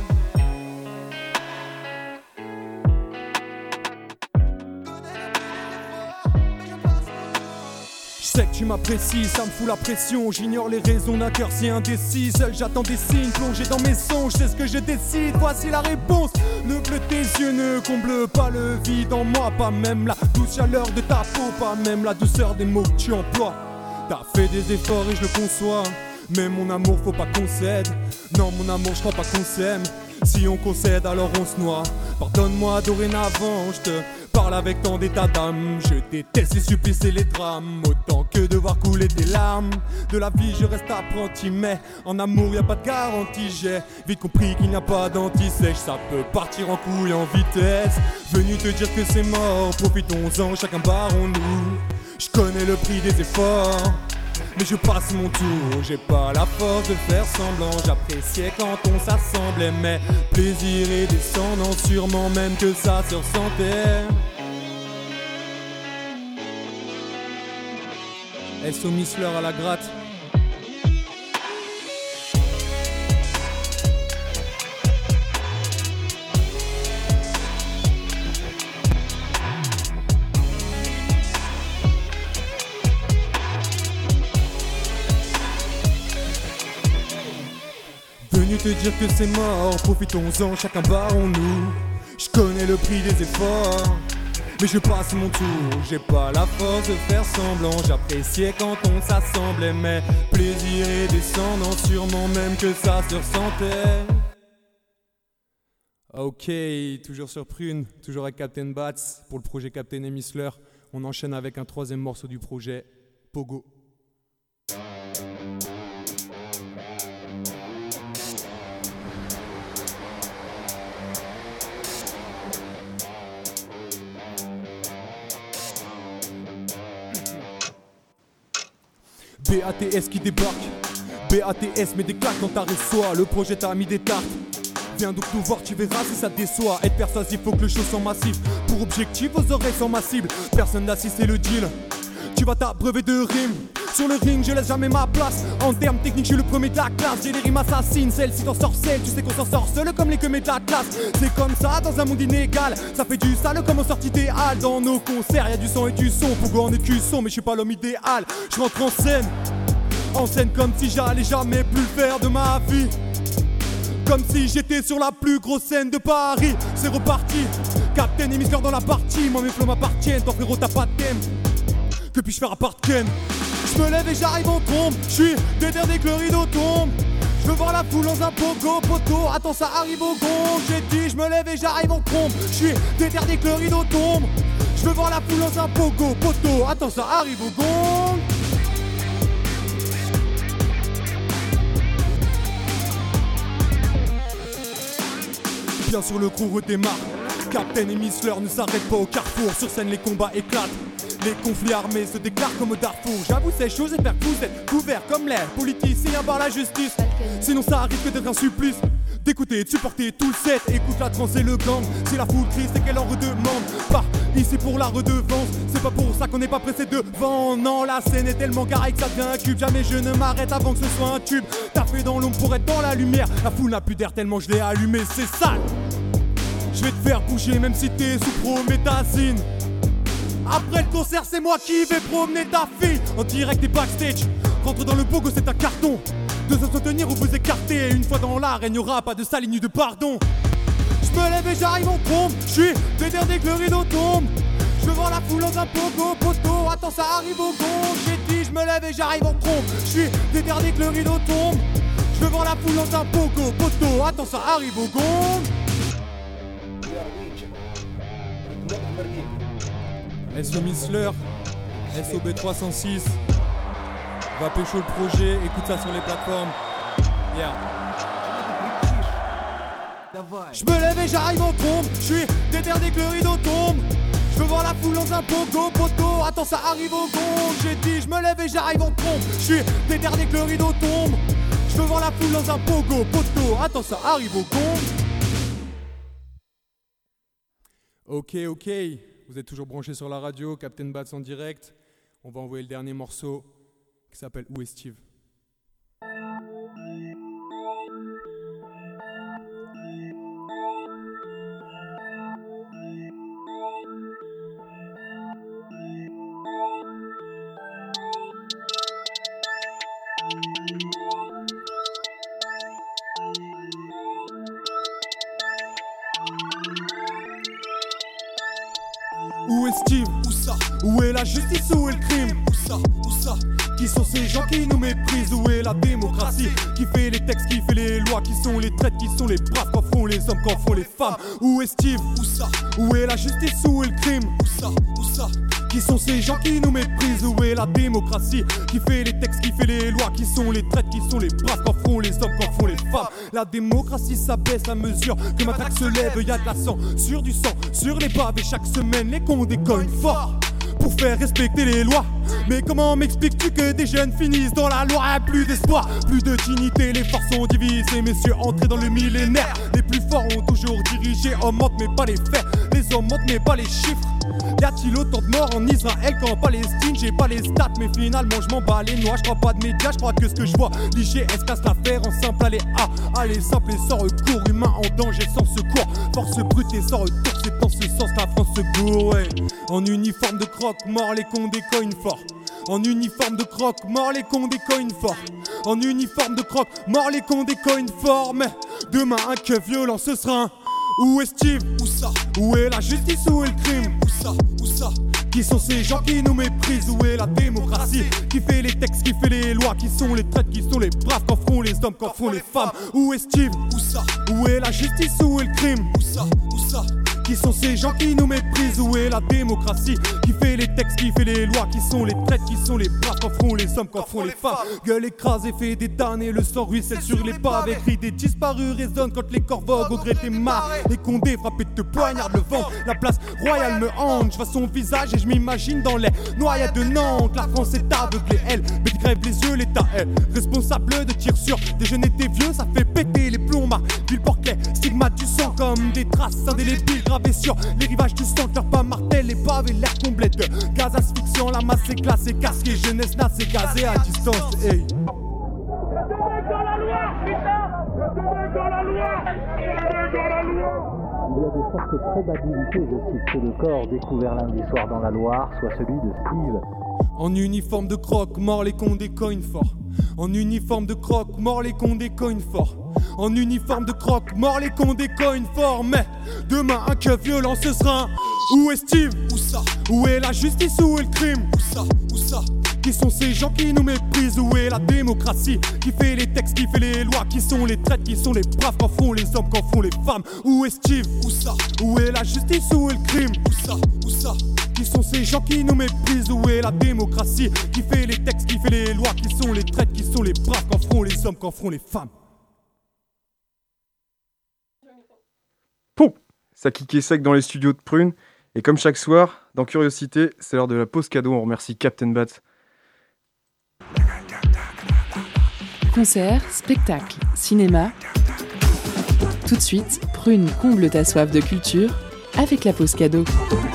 Je sais que tu m'apprécies, ça me fout la pression. J'ignore les raisons d'un cœur si indécis. Seul j'attends des signes, plongé dans mes songes. C'est ce que je décide, voici la réponse. Le bleu de tes yeux ne comble pas le vide en moi. Pas même la douce chaleur de ta peau, pas même la douceur des mots que tu emploies. T'as fait des efforts et je le conçois, mais mon amour faut pas qu'on cède. Non mon amour je crois pas qu'on s'aime. Si on concède alors on se noie. Pardonne-moi dorénavant, je te parle avec tant d'état d'âme. Je déteste les supplices et les drames, autant que de voir couler des larmes. De la vie je reste apprenti, mais en amour y a pas de garantie. J'ai vite compris qu'il n'y a pas d'anti-sèche. Ça peut partir en couille en vitesse. Venu te dire que c'est mort, profitons-en, chacun barrons-nous. Je connais le prix des efforts, mais je passe mon tour, j'ai pas la force de faire semblant. J'appréciais quand on s'assemblait, mais plaisir et descendant, sûrement même que ça se ressentait. S.O. Missler à la gratte. Venu te dire que c'est mort, profitons-en, chacun barrons-nous. Je connais le prix des efforts, mais je passe mon tour. J'ai pas la force de faire semblant, j'appréciais quand on s'assemblait, mais plaisir et descendant, sûrement même que ça se ressentait. Ok, toujours sur Prune, toujours avec Captain Bats pour le projet Captain et Missler. On enchaîne avec un troisième morceau du projet, Pogo. BATS qui débarque, BATS met des claques dans ta résoie. Le projet t'a mis des tartes. Viens donc nous voir, tu verras si ça te déçoit. Être persuasif, faut que le show soit massif. Pour objectif, vos oreilles sont ma cible. Personne n'assiste, c'est le deal. Tu vas t'abreuver de rimes. Sur le ring, je laisse jamais ma place. En termes techniques, je suis le premier de la classe. J'ai les rimes assassines, celle-ci t'en sorcelle. Tu sais qu'on s'en sort seul comme les comètes de la classe. C'est comme ça dans un monde inégal. Ça fait du sale comme aux sorties idéales. Dans nos concerts, y'a du sang et du son. Pogo en écusson, mais je suis pas l'homme idéal. Je rentre en scène comme si j'allais jamais plus le faire de ma vie. Comme si j'étais sur la plus grosse scène de Paris. C'est reparti, Captain et Missler dans la partie. Moi mes flots m'appartiennent, toi frérot t'as pas de thème. Que puis-je faire à part Ken? Je me lève et j'arrive en trombe. J'suis déter dès que le rideau tombe. Je veux voir la foule dans un pogo poteau. Attends ça arrive au gong. J'ai dit je me lève et j'arrive en trombe. J'suis déter dès que le rideau tombe. Je veux voir la foule dans un pogo poteau. Attends ça arrive au gong. Bien sûr le crew redémarre. Captain et Missler ne s'arrêtent pas au carrefour. Sur scène les combats éclatent. Les conflits armés se déclarent comme au Darfour. J'avoue ces choses, j'espère que vous êtes couverts comme l'air politicien par la justice. Sinon ça risque d'être un supplice d'écouter et de supporter tout le set. Écoute la trance et le gang. Si la foule crie, c'est qu'elle en redemande. Pas ici pour la redevance. C'est pas pour ça qu'on n'est pas pressé devant. Non, la scène est tellement carrée que ça devient un cube. Jamais je ne m'arrête avant que ce soit un tube. T'as fait dans l'ombre pour être dans la lumière. La foule n'a plus d'air tellement je l'ai allumé, c'est sale. Je vais te faire bouger même si t'es sous prométhazine. Après le concert c'est moi qui vais promener ta fille. En direct et backstage. Rentre dans le pogo c'est un carton. Deux se tenir ou vous écarter. Une fois dans l'arène y'aura pas de saline ni de pardon. Je me lève et j'arrive en trombe. J'suis déter dès que le rideau tombe. Je veux voir la foule dans un pogo poteau. Attends ça arrive au gong. J'ai dit je me lève et j'arrive en trombe. J'suis déter dès que le rideau tombe. Je veux voir la foule dans un pogo poteau. Attends ça arrive au gong. SO Missler, SOB 306. Va pécho le projet, écoute ça sur les plateformes. Yeah. Je me lève et j'arrive en trombe. J'suis déter dès que le rideau tombe. Je veux voir la foule dans un pogo poteau. Attends ça arrive au gong. J'ai dit je me lève et j'arrive en trombe. J'suis déter dès que le rideau tombe. Je veux voir la foule dans un pogo poteau. Attends ça arrive au gong. Ok. Vous êtes toujours branchés sur la radio, Captain Bats en direct. On va envoyer le dernier morceau qui s'appelle Où est Steve? Où est Steve? Où ça? Où est la justice? Où est le crime? Où ça? Où ça? Qui sont ces gens qui nous méprisent? Où est la démocratie? Qui fait les textes, qui fait les lois? Qui sont les traites, qui sont les braves? Qu'en font les hommes, qu'en font les femmes? Où est Steve? Où ça? Où est la justice? Où est le crime? Où ça? Où ça? Qui sont ces gens qui nous méprisent? Où est la démocratie? Qui fait les textes, qui fait les lois? Qui sont les traites, qui sont les braves? Qu'en font les hommes, qu'en font les femmes? La démocratie s'abaisse à mesure que ma traque se lève. Y'a de la sang, sur du sang, sur les pavés. Chaque semaine les cons décognent fort pour faire respecter les lois. Mais comment m'expliques-tu que des jeunes finissent dans la loi? Plus d'espoir, plus de dignité, les forces sont divisées. Messieurs, entrez dans le millénaire. Les plus forts ont toujours dirigé. Hommes mentent mais pas les faits, les hommes mentent mais pas les chiffres. Y a-t-il autant de morts en Israël qu'en Palestine? J'ai pas les stats mais finalement je m'en bats les noix. Je crois pas de médias, je crois que ce que je vois. L'IGS casse l'affaire en simple allez simple et sans recours. Humain en danger sans secours. Force brute et sans retour, c'est dans ce sens la France se gourre, ouais. En uniforme de croque, mort les cons décognent fort. En uniforme de croque, mort les cons décognent fort. En uniforme de croque, mort les cons décognent fort. Mais demain un keuf violent ce sera un Où est Steve? Où ça? Où est la justice? Où est le crime? Où ça? Où ça? Qui sont ces gens qui nous méprisent? Où est la démocratie? Qui fait les textes, qui fait les lois? Qui sont les traîtres, qui sont les braves? Qu'en feront les hommes, qu'en feront les femmes? Où est Steve? Où ça? Où est la justice? Où est le crime? Où ça? Où ça? Qui sont ces gens qui nous méprisent? Où est la démocratie? Qui fait les textes, qui fait les lois? Qui sont les traîtres, qui sont les braves? Qu'en feront les hommes, qu'en feront les femmes? Gueule écrasée, fait des damnés, le sang ruisselle sur les pavés. Cris des disparus résonnent quand les corps voguent au gré des mains. Les condés frappés de poignardent le vent. La place royale me hante, je vois son visage et je m'imagine dans les noyades de Nantes. La France est aveuglée, elle, mais grève les yeux, l'État est responsable de tirs sur des jeunes et des vieux. Ça fait péter les plombs, ville porte-les stigmates du sang comme des traces indélébiles gravées sur les rivages du sang. Leur pas martel, les pavés, l'air comblé de gaz asphyxiant. La masse est classée, casquée, jeunesse nasse et gazée à distance. Hey. Il y a de fortes probabilités, je cite, que le corps découvert lundi soir dans la Loire soit celui de Steve. En uniforme de croque, mort les cons décognent fort. En uniforme de croque, mort les cons décognent fort. En uniforme de croque, mort les cons décognent fort. Mais demain un keuf violent ce sera un... Où est Steve? Où ça? Où est la justice? Où est le crime? Où ça? Où ça? Qui sont ces gens qui nous méprisent? Où est la démocratie? Qui fait les textes, qui fait les lois? Qui sont les traîtres, qui sont les braves? Qu'en font les hommes, qu'en font les femmes? Où est Steve? Où ça? Où est la justice? Où est le crime? Où ça? Où ça? Qui sont ces gens qui nous méprisent? Où est la démocratie? Qui fait les textes, qui fait les lois? Qui sont les traîtres, qui sont les braves? Qu'en feront les hommes, qu'en feront les femmes? Pouf! Ça kickait sec dans les studios de Prune. Et comme chaque soir, dans Curiosité, c'est l'heure de la pause cadeau. On remercie Captain Bat. Concert, spectacle, cinéma. Tout de suite, Prune comble ta soif de culture avec la pause cadeau.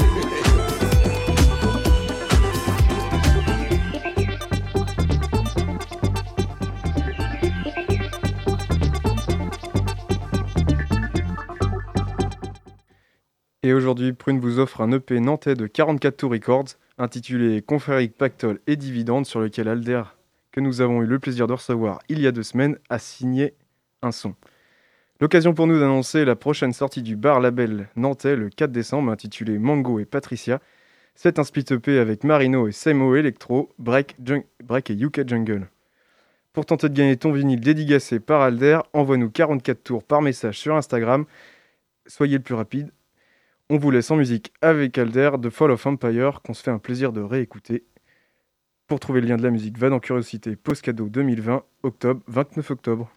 Et aujourd'hui, Prune vous offre un EP nantais de 44 Tours Records intitulé Confrérique, Pactole et Dividendes, sur lequel Alder, que nous avons eu le plaisir de recevoir il y a 2 semaines, a signé un son. L'occasion pour nous d'annoncer la prochaine sortie du bar label nantais le 4 décembre intitulé Mango et Patricia. C'est un split EP avec Marino et Semo Electro, Break et UK Jungle. Pour tenter de gagner ton vinyle dédicacé par Alder, envoie-nous 44 tours par message sur Instagram. Soyez le plus rapide. On vous laisse en musique avec Alder de Fall of Empire, qu'on se fait un plaisir de réécouter. Pour trouver le lien de la musique, va dans Curiosité Pause Cadeau 2020, 29 octobre.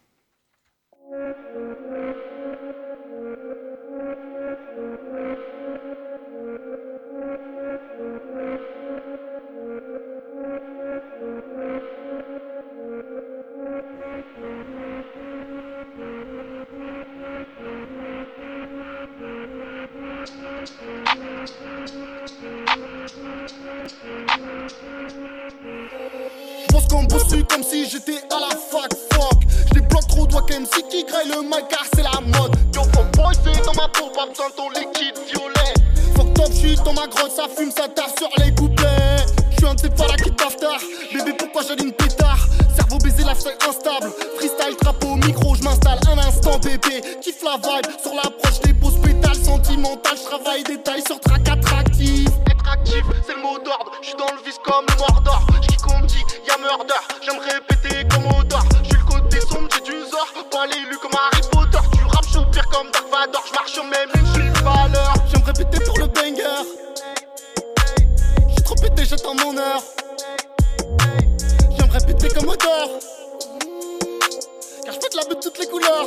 J'bosse comme bossu comme si j'étais à la fac, fuck. J'les bloque trop doigt qu'MC qui graille le mic car c'est la mode. Yo fuck boy c'est dans ma peau, pas besoin de ton liquide violet. Fuck top, j'suis dans ma grotte, ça fume, ça taffe sur les couplets. J'suis un de tes paras qui taffe tard. Bébé pourquoi j'allume pétard? Cerveau baisé, lifestyle instable. Freestyle, trap au micro, j'm'installe un instant bébé. Kiffe la vibe, sur l'approche des poses pétales sentimentales. J'travaille détails sur track attractif. Actif, c'est le mot d'ordre, je suis dans le vice comme le Mordor. J'kick qu'on me dit, y'a murder, j'aime répéter comme Odor. J'suis le côté sombre, j'ai du zor, pas l'élu comme Harry Potter. Tu rap, j'suis pire comme Dark Vador, j'marche au même ligne, j'suis pas à l'heure. J'aime répéter pour le banger. J'suis trop pété, j'attends mon heure. J'aime répéter comme Odor, car j'pète la butte de toutes les couleurs.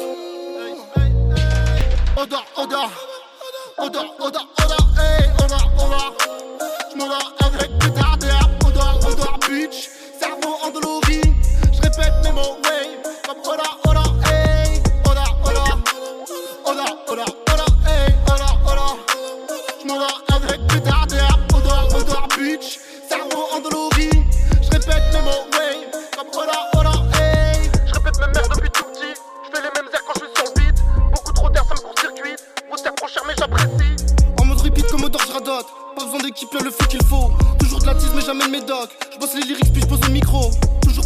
Odor, Odor, Odor, Odor, Odor, hey, Odor, Odor. J'm'endors avec des tardaires, odor, bitch. Cerveau endolori, j'répète mes mots, ouais. Comme odor, hey. Odor, hey. Odor. J'm'endors avec des tardaires, odor, bitch. Cerveau endolori, j'répète mes mots, ouais. Comme odor, hey. J'répète mes mères depuis tout petit. J'fais les mêmes airs quand j'suis sur le beat. Beaucoup trop d'air, ça me court-circuite. Vos terres trop chères, mais j'apprécie. En mode repeat comme odor, j'radote. Pas besoin d'équipe, y'a le feu qu'il faut. Toujours de la tease mais jamais de médoc. J'bosse les lyrics puis j'pose le micro. Toujours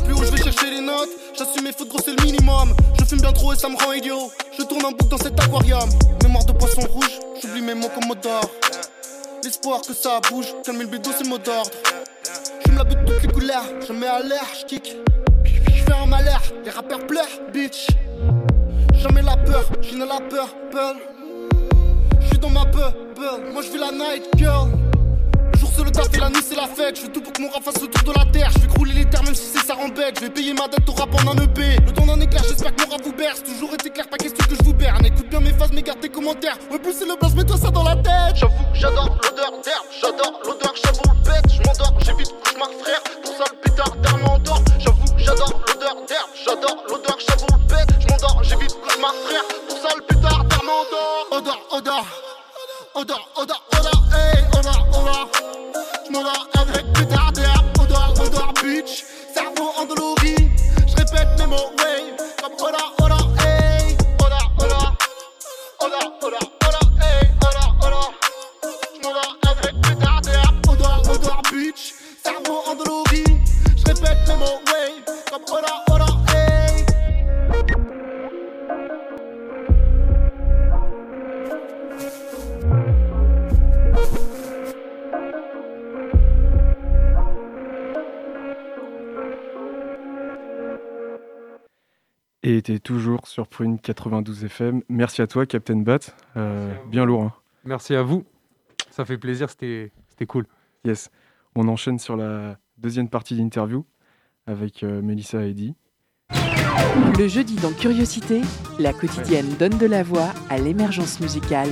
trop et ça me rend idiot. Je tourne en boucle dans cet aquarium. Mémoire de poisson rouge, j'oublie mes mots comme mot d'ordre. L'espoir que ça bouge, calmer le bédo c'est mot d'ordre. Je me la bute toutes les couleurs, je mets à l'air, je kick. Je fais un malheur, les rappeurs pleurent, bitch. Jamais la peur, je n'ai la peur, pearl. Je suis dans ma peur, moi je vis la night girl. Le jour c'est le taf et la nuit c'est la fête. Je fais tout pour que mon rap fasse le tour de la terre. Je vais crouler les terres même si c'est ça rembête. Je vais payer ma dette au rap en un EP. Le temps d'un éclair, j'espère que mon rap vous berce. Toujours été clair, pas question que je vous berne. Écoute bien mes phases, mais garde tes commentaires. Ouais plus c'est le blanc, mets-toi ça dans la tête. J'avoue, j'adore l'odeur d'herbe. J'adore l'odeur chaboule bête. Je m'endors, j'évite cauchemar frère. Pour ça le pétard d'herbe m'endort. J'avoue, j'adore l'odeur d'herbe. J'adore l'odeur chaboule bête. Je m'endors, j'évite cauchemar frère. Pour ça le pétard d'herbe m'endort. Odeur, odeur. Odeur, odeur, odeur, hey, odeur, odeur. J'm'en vais avec pétard d'air, odeur, odeur, bitch. Cerveau endolori, j'répète mes mots, ouais. Comme odeur, odeur, hey. Odeur, odeur. Odeur, odeur, odeur, hey. Odeur, odeur. J'm'en vais avec pétard d'air, odeur, odeur, bitch. Cerveau endolori, j'répète mes mots, ouais. Comme odeur, odeur, hey. Et t'es toujours sur Prune 92 FM. Merci à toi, Captain Bat. Bien lourd. Hein. Merci à vous. Ça fait plaisir, c'était cool. Yes. On enchaîne sur la deuxième partie d'interview avec Mélissa et Eddie. Le jeudi dans Curiosité, la quotidienne donne de la voix à l'émergence musicale.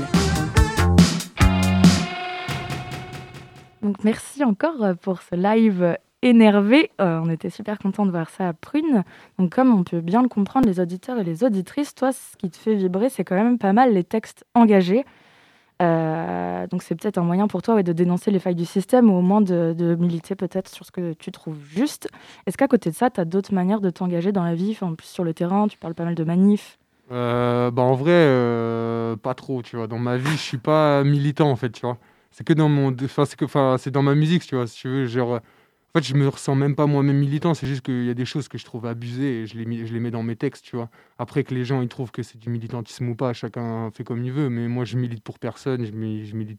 Donc merci encore pour ce live énervé. On était super contents de voir ça à Prune. Donc comme on peut bien le comprendre, les auditeurs et les auditrices, toi, ce qui te fait vibrer, c'est quand même pas mal les textes engagés. Donc c'est peut-être un moyen pour toi de dénoncer les failles du système ou au moins de militer peut-être sur ce que tu trouves juste. Est-ce qu'à côté de ça, tu as d'autres manières de t'engager dans la vie, en plus sur le terrain, tu parles pas mal de manifs? En vrai, pas trop, tu vois. Dans ma vie, je suis pas militant, en fait, tu vois. C'est que dans mon... c'est dans ma musique, tu vois, si tu veux, genre... En fait, je me ressens même pas moi-même militant, c'est juste qu'il y a des choses que je trouve abusées et je les mets dans mes textes, tu vois. Après que les gens, ils trouvent que c'est du militantisme ou pas, chacun fait comme il veut, mais moi, je milite pour personne, je milite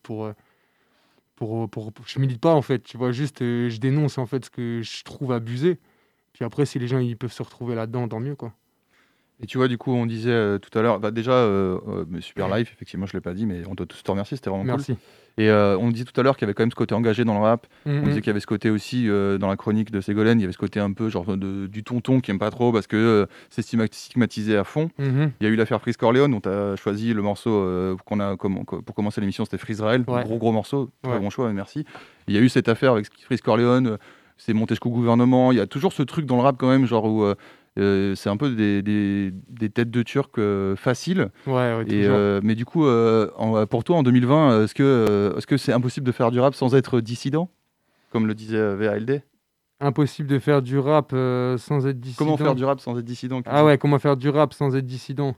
je milite pas, en fait, tu vois, juste, je dénonce, en fait, ce que je trouve abusé. Puis après, si les gens, ils peuvent se retrouver là-dedans, tant mieux, quoi. Et tu vois, du coup, on disait tout à l'heure, déjà, super live, effectivement, je ne l'ai pas dit, mais on doit tous te remercier, c'était vraiment Merci. Cool. Et on disait tout à l'heure qu'il y avait quand même ce côté engagé dans le rap. On disait qu'il y avait ce côté aussi, dans la chronique de Ségolène, il y avait ce côté un peu genre du tonton qui n'aime pas trop parce que c'est stigmatisé à fond. Il y a eu l'affaire Freeze Corleone, dont tu as choisi le morceau pour commencer l'émission, c'était Freezerael, gros morceau, très bon choix, merci. Il y a eu cette affaire avec Freeze Corleone, c'est monté jusqu'au gouvernement, il y a toujours ce truc dans le rap quand même, genre où... c'est un peu des têtes de Turcs faciles. Mais du coup, pour toi, en 2020, est-ce que c'est impossible de faire du rap sans être dissident, comme le disait VALD? Impossible de faire du rap sans être dissident. Comment faire du rap sans être dissident? Comment faire du rap sans être dissident?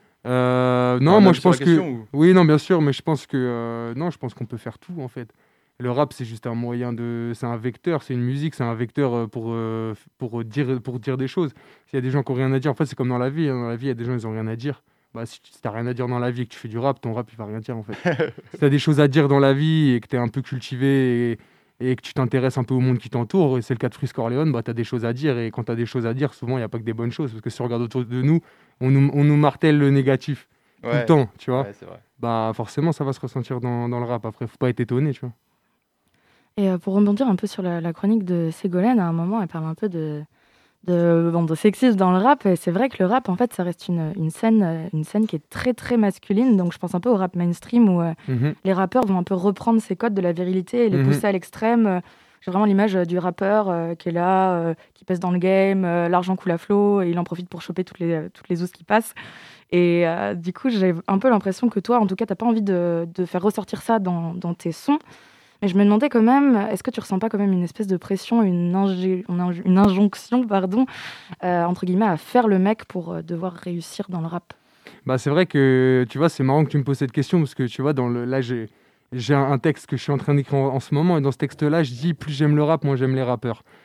Non, moi je pense que... Oui, non, bien sûr, mais je pense que... non, je pense qu'on peut faire tout, en fait. Le rap, c'est juste un moyen de... C'est un vecteur, c'est une musique, c'est un vecteur pour dire des choses. S'il y a des gens qui n'ont rien à dire, en fait, c'est comme dans la vie. Hein. Dans la vie, il y a des gens, ils n'ont rien à dire. Si tu n'as rien à dire dans la vie et que tu fais du rap, ton rap, il ne va rien dire, en fait. Si tu as des choses à dire dans la vie et que tu es un peu cultivé et que tu t'intéresses un peu au monde qui t'entoure, et c'est le cas de Freeze Corleone, tu as des choses à dire. Et quand tu as des choses à dire, souvent, il n'y a pas que des bonnes choses. Parce que si on regarde autour de nous, on nous martèle le négatif tout le temps, tu vois. Ouais, c'est vrai. Forcément, ça va se ressentir dans le rap. Après, il ne faut pas être étonné, tu vois. Et pour rebondir un peu sur la chronique de Ségolène, à un moment, elle parle un peu de sexisme dans le rap. Et c'est vrai que le rap, en fait, ça reste une scène qui est très, très masculine. Donc, je pense un peu au rap mainstream où les rappeurs vont un peu reprendre ces codes de la virilité et les pousser à l'extrême. J'ai vraiment l'image du rappeur qui est là, qui pèse dans le game, l'argent coule à flot, et il en profite pour choper toutes les ouzes qui passent. Et du coup, j'ai un peu l'impression que toi, en tout cas, tu n'as pas envie de faire ressortir ça dans tes sons. Mais je me demandais quand même, est-ce que tu ressens pas quand même une espèce de pression, une injonction, entre guillemets, à faire le mec pour devoir réussir dans le rap? C'est vrai que, tu vois, c'est marrant que tu me poses cette question, parce que, tu vois, là, j'ai un texte que je suis en train d'écrire en ce moment, et dans ce texte-là, je dis, plus j'aime le rap, moins j'aime les rappeurs.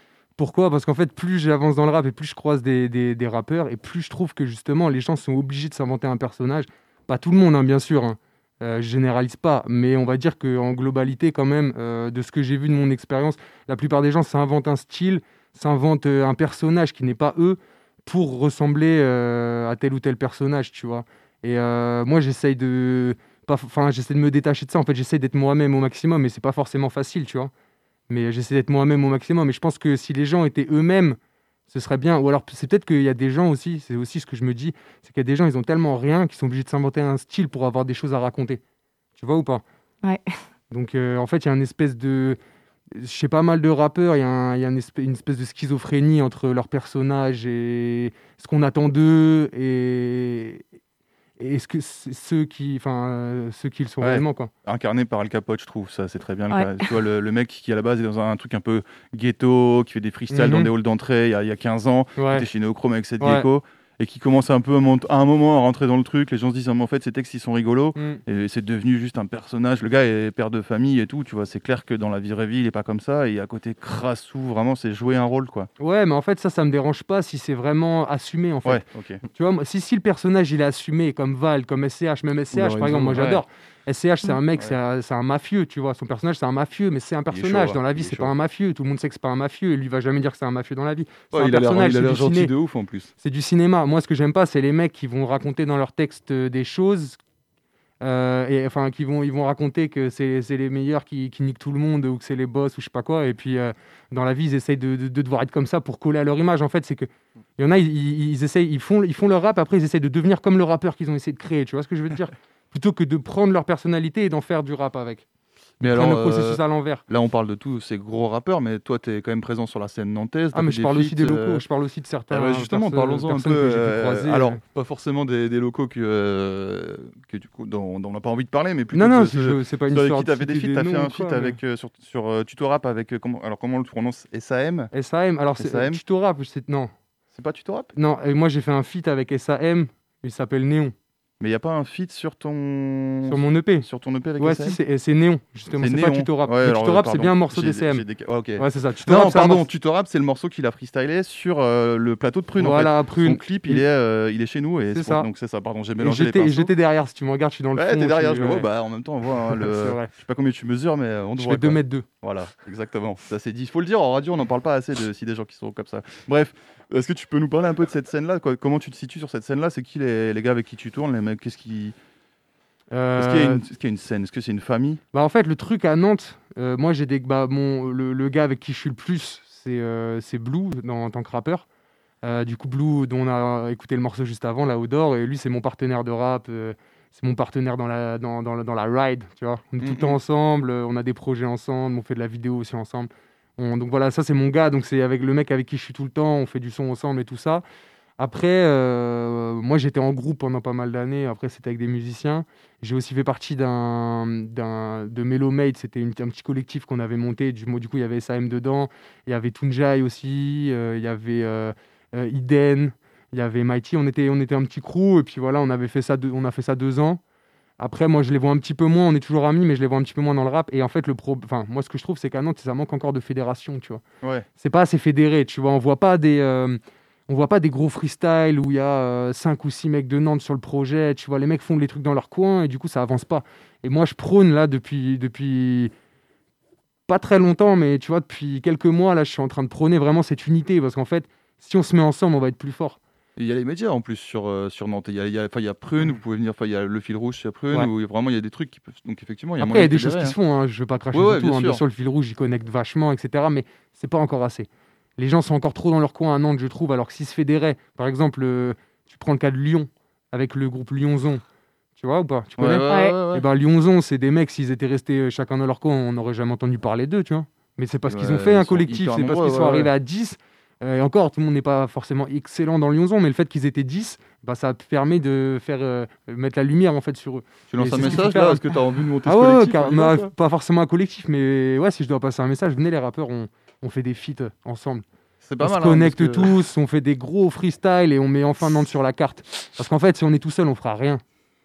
Pourquoi ? Parce qu'en fait, plus j'avance dans le rap et plus je croise des rappeurs, et plus je trouve que justement, les gens sont obligés de s'inventer un personnage. Pas tout le monde, hein, bien sûr. Hein. Je généralise pas, mais on va dire qu'en globalité, quand même, de ce que j'ai vu de mon expérience, la plupart des gens s'inventent un style, s'inventent un personnage qui n'est pas eux pour ressembler à tel ou tel personnage, tu vois. Et moi, j'essaye de me détacher de ça. En fait, j'essaye d'être moi-même au maximum, mais c'est pas forcément facile, tu vois. Mais j'essaie d'être moi-même au maximum. Et je pense que si les gens étaient eux-mêmes, ce serait bien. Ou alors, c'est peut-être qu'il y a des gens aussi, c'est aussi ce que je me dis, c'est qu'il y a des gens, ils ont tellement rien qu'ils sont obligés de s'inventer un style pour avoir des choses à raconter. Tu vois ou pas ? Ouais. Donc, en fait, il y a une espèce de... Chez pas mal de rappeurs, il y a une espèce de schizophrénie entre leurs personnages et ce qu'on attend d'eux et ce que ceux qu'ils sont réellement, quoi. Incarné par Al Capote, je trouve ça c'est très bien. Tu vois le mec qui à la base est dans un truc un peu ghetto, qui fait des freestyles dans des halls d'entrée il y a 15 ans, qui était chez Neochrome avec cette gecko, et qui commence un peu à un moment à rentrer dans le truc. Les gens se disent en fait ces textes ils sont rigolos, et c'est devenu juste un personnage. Le gars est père de famille et tout, tu vois, c'est clair que dans la vraie vie il est pas comme ça, et à côté crassou, vraiment c'est jouer un rôle, quoi. Ouais, mais en fait ça me dérange pas si c'est vraiment assumé, en fait. Ouais, ok. Tu vois, si le personnage il est assumé, comme Val, comme SCH, même SCH par exemple, moi j'adore. SCH, c'est un mec, c'est un mafieux, tu vois. Son personnage, c'est un mafieux, mais c'est un personnage. Chaud, dans la vie, c'est pas un mafieux. Tout le monde sait que c'est pas un mafieux, et lui va jamais dire que c'est un mafieux dans la vie. C'est un personnage. Il a l'air gentil de ouf en plus. C'est du cinéma. Moi, ce que j'aime pas, c'est les mecs qui vont raconter dans leur texte des choses, ils vont raconter que c'est les meilleurs qui niquent tout le monde, ou que c'est les boss, ou je sais pas quoi. Et puis, dans la vie, ils essayent de devoir être comme ça pour coller à leur image. En fait, c'est que il y en a, ils font leur rap, après ils essayent de devenir comme le rappeur qu'ils ont essayé de créer. Tu vois ce que je veux dire ? Plutôt que de prendre leur personnalité et d'en faire du rap avec. Mais alors, le processus à l'envers. Là, on parle de tous ces gros rappeurs, mais toi, tu es quand même présent sur la scène nantaise. Ah, mais je parle aussi des locaux, je parle aussi de certains. Justement, parlons-en un peu. Alors, pas forcément des locaux que du coup, dont on n'a pas envie de parler, mais plutôt. Non, c'est pas une histoire. Qui t'avais des feats, t'as fait un feat avec sur Tuto Rap avec comment on le prononce, SAM. SAM. Alors c'est Tuto Rap, non. C'est pas Tuto Rap. Non, moi j'ai fait un feat avec SAM. Il s'appelle Néon. Mais il n'y a pas un feat sur mon EP. Sur ton EP avec ouais, SAM. Si, c'est Néon, justement. C'est pas Tuto Rap. Ouais, Tuto Rap, c'est bien un morceau d'SAM. Okay. Ouais, c'est ça. Tuto Rap, c'est le morceau qu'il a freestylé sur le plateau de Prune. Voilà, en fait. Prune. Son clip, il est chez nous. Et c'est ça. Donc c'est ça, pardon, j'ai mélangé les pinceaux. J'étais derrière, si tu me regardes, je suis dans le fond. Ouais, t'es derrière, je le vois. En même temps, on voit. Je sais pas combien tu mesures, mais on te voit. Je fais 2 m 2. Voilà, exactement. Ça c'est dit. Il faut le dire, en radio, on n'en parle pas assez si des gens qui sont comme ça. Bref. Est-ce que tu peux nous parler un peu de cette scène-là ? Comment tu te situes sur cette scène-là ? C'est qui les gars avec qui tu tournes ? Les mecs, qu'est-ce qui... Est-ce qu'il y a une scène ? Est-ce que c'est une famille ? En fait, le truc à Nantes, moi j'ai le gars avec qui je suis le plus, c'est Blue en tant que rappeur. Du coup, Blue, dont on a écouté le morceau juste avant, là, Odor, et lui c'est mon partenaire de rap, c'est mon partenaire dans la ride, tu vois. On est tout le temps ensemble, on a des projets ensemble, on fait de la vidéo aussi ensemble. Donc voilà, ça c'est mon gars, donc c'est avec le mec avec qui je suis tout le temps, on fait du son ensemble et tout ça. Après, moi j'étais en groupe pendant pas mal d'années, après c'était avec des musiciens. J'ai aussi fait partie de Melomate, c'était un petit collectif qu'on avait monté, du coup il y avait SAM dedans, il y avait Tunjai aussi, il y avait Iden, il y avait Mighty, on était un petit crew, et puis voilà, on a fait ça 2 ans. Après, moi, je les vois un petit peu moins, on est toujours amis, mais je les vois un petit peu moins dans le rap. Et en fait, moi, ce que je trouve, c'est qu'à Nantes, ça manque encore de fédération, tu vois. Ouais. C'est pas assez fédéré, tu vois. On voit pas des gros freestyle où il y a 5 ou 6 mecs de Nantes sur le projet, tu vois. Les mecs font les trucs dans leur coin, et du coup, ça avance pas. Et moi, je prône, là, depuis pas très longtemps, mais tu vois, depuis quelques mois, là, je suis en train de prôner vraiment cette unité. Parce qu'en fait, si on se met ensemble, on va être plus fort. Il y a les médias en plus sur Nantes. Il y a Prune, vous pouvez venir. Il y a le fil rouge, il y a Prune, où vraiment il y a des trucs qui peuvent. Donc effectivement, il y a. Après, il y a des choses qui se font. Hein. Je veux pas cracher du tout. Bien sûr, le fil rouge, il connecte vachement, etc. Mais c'est pas encore assez. Les gens sont encore trop dans leur coin à Nantes, je trouve. Alors que s'ils se fédéraient, par exemple, tu prends le cas de Lyon avec le groupe Lyonzon. Tu vois ou pas ? Tu connais ? Ouais. Et ben Lyonzon, c'est des mecs. S'ils étaient restés chacun dans leur coin, on n'aurait jamais entendu parler d'eux, tu vois. Mais c'est parce qu'ils ont fait un collectif. C'est parce qu'ils sont arrivés à 10. Et encore, tout le monde n'est pas forcément excellent dans Lyonzon, mais le fait qu'ils étaient 10, ça permet de faire mettre la lumière en fait sur eux. Tu lances un message là ? Est-ce que tu as envie de monter ce collectif ? Pas forcément un collectif, mais ouais, si je dois passer un message, venez les rappeurs, on fait des feats ensemble. C'est pas on mal. Se connecte tous, on fait des gros freestyles et on met enfin Nantes sur la carte. Parce qu'en fait, si on est tout seul, on fera rien.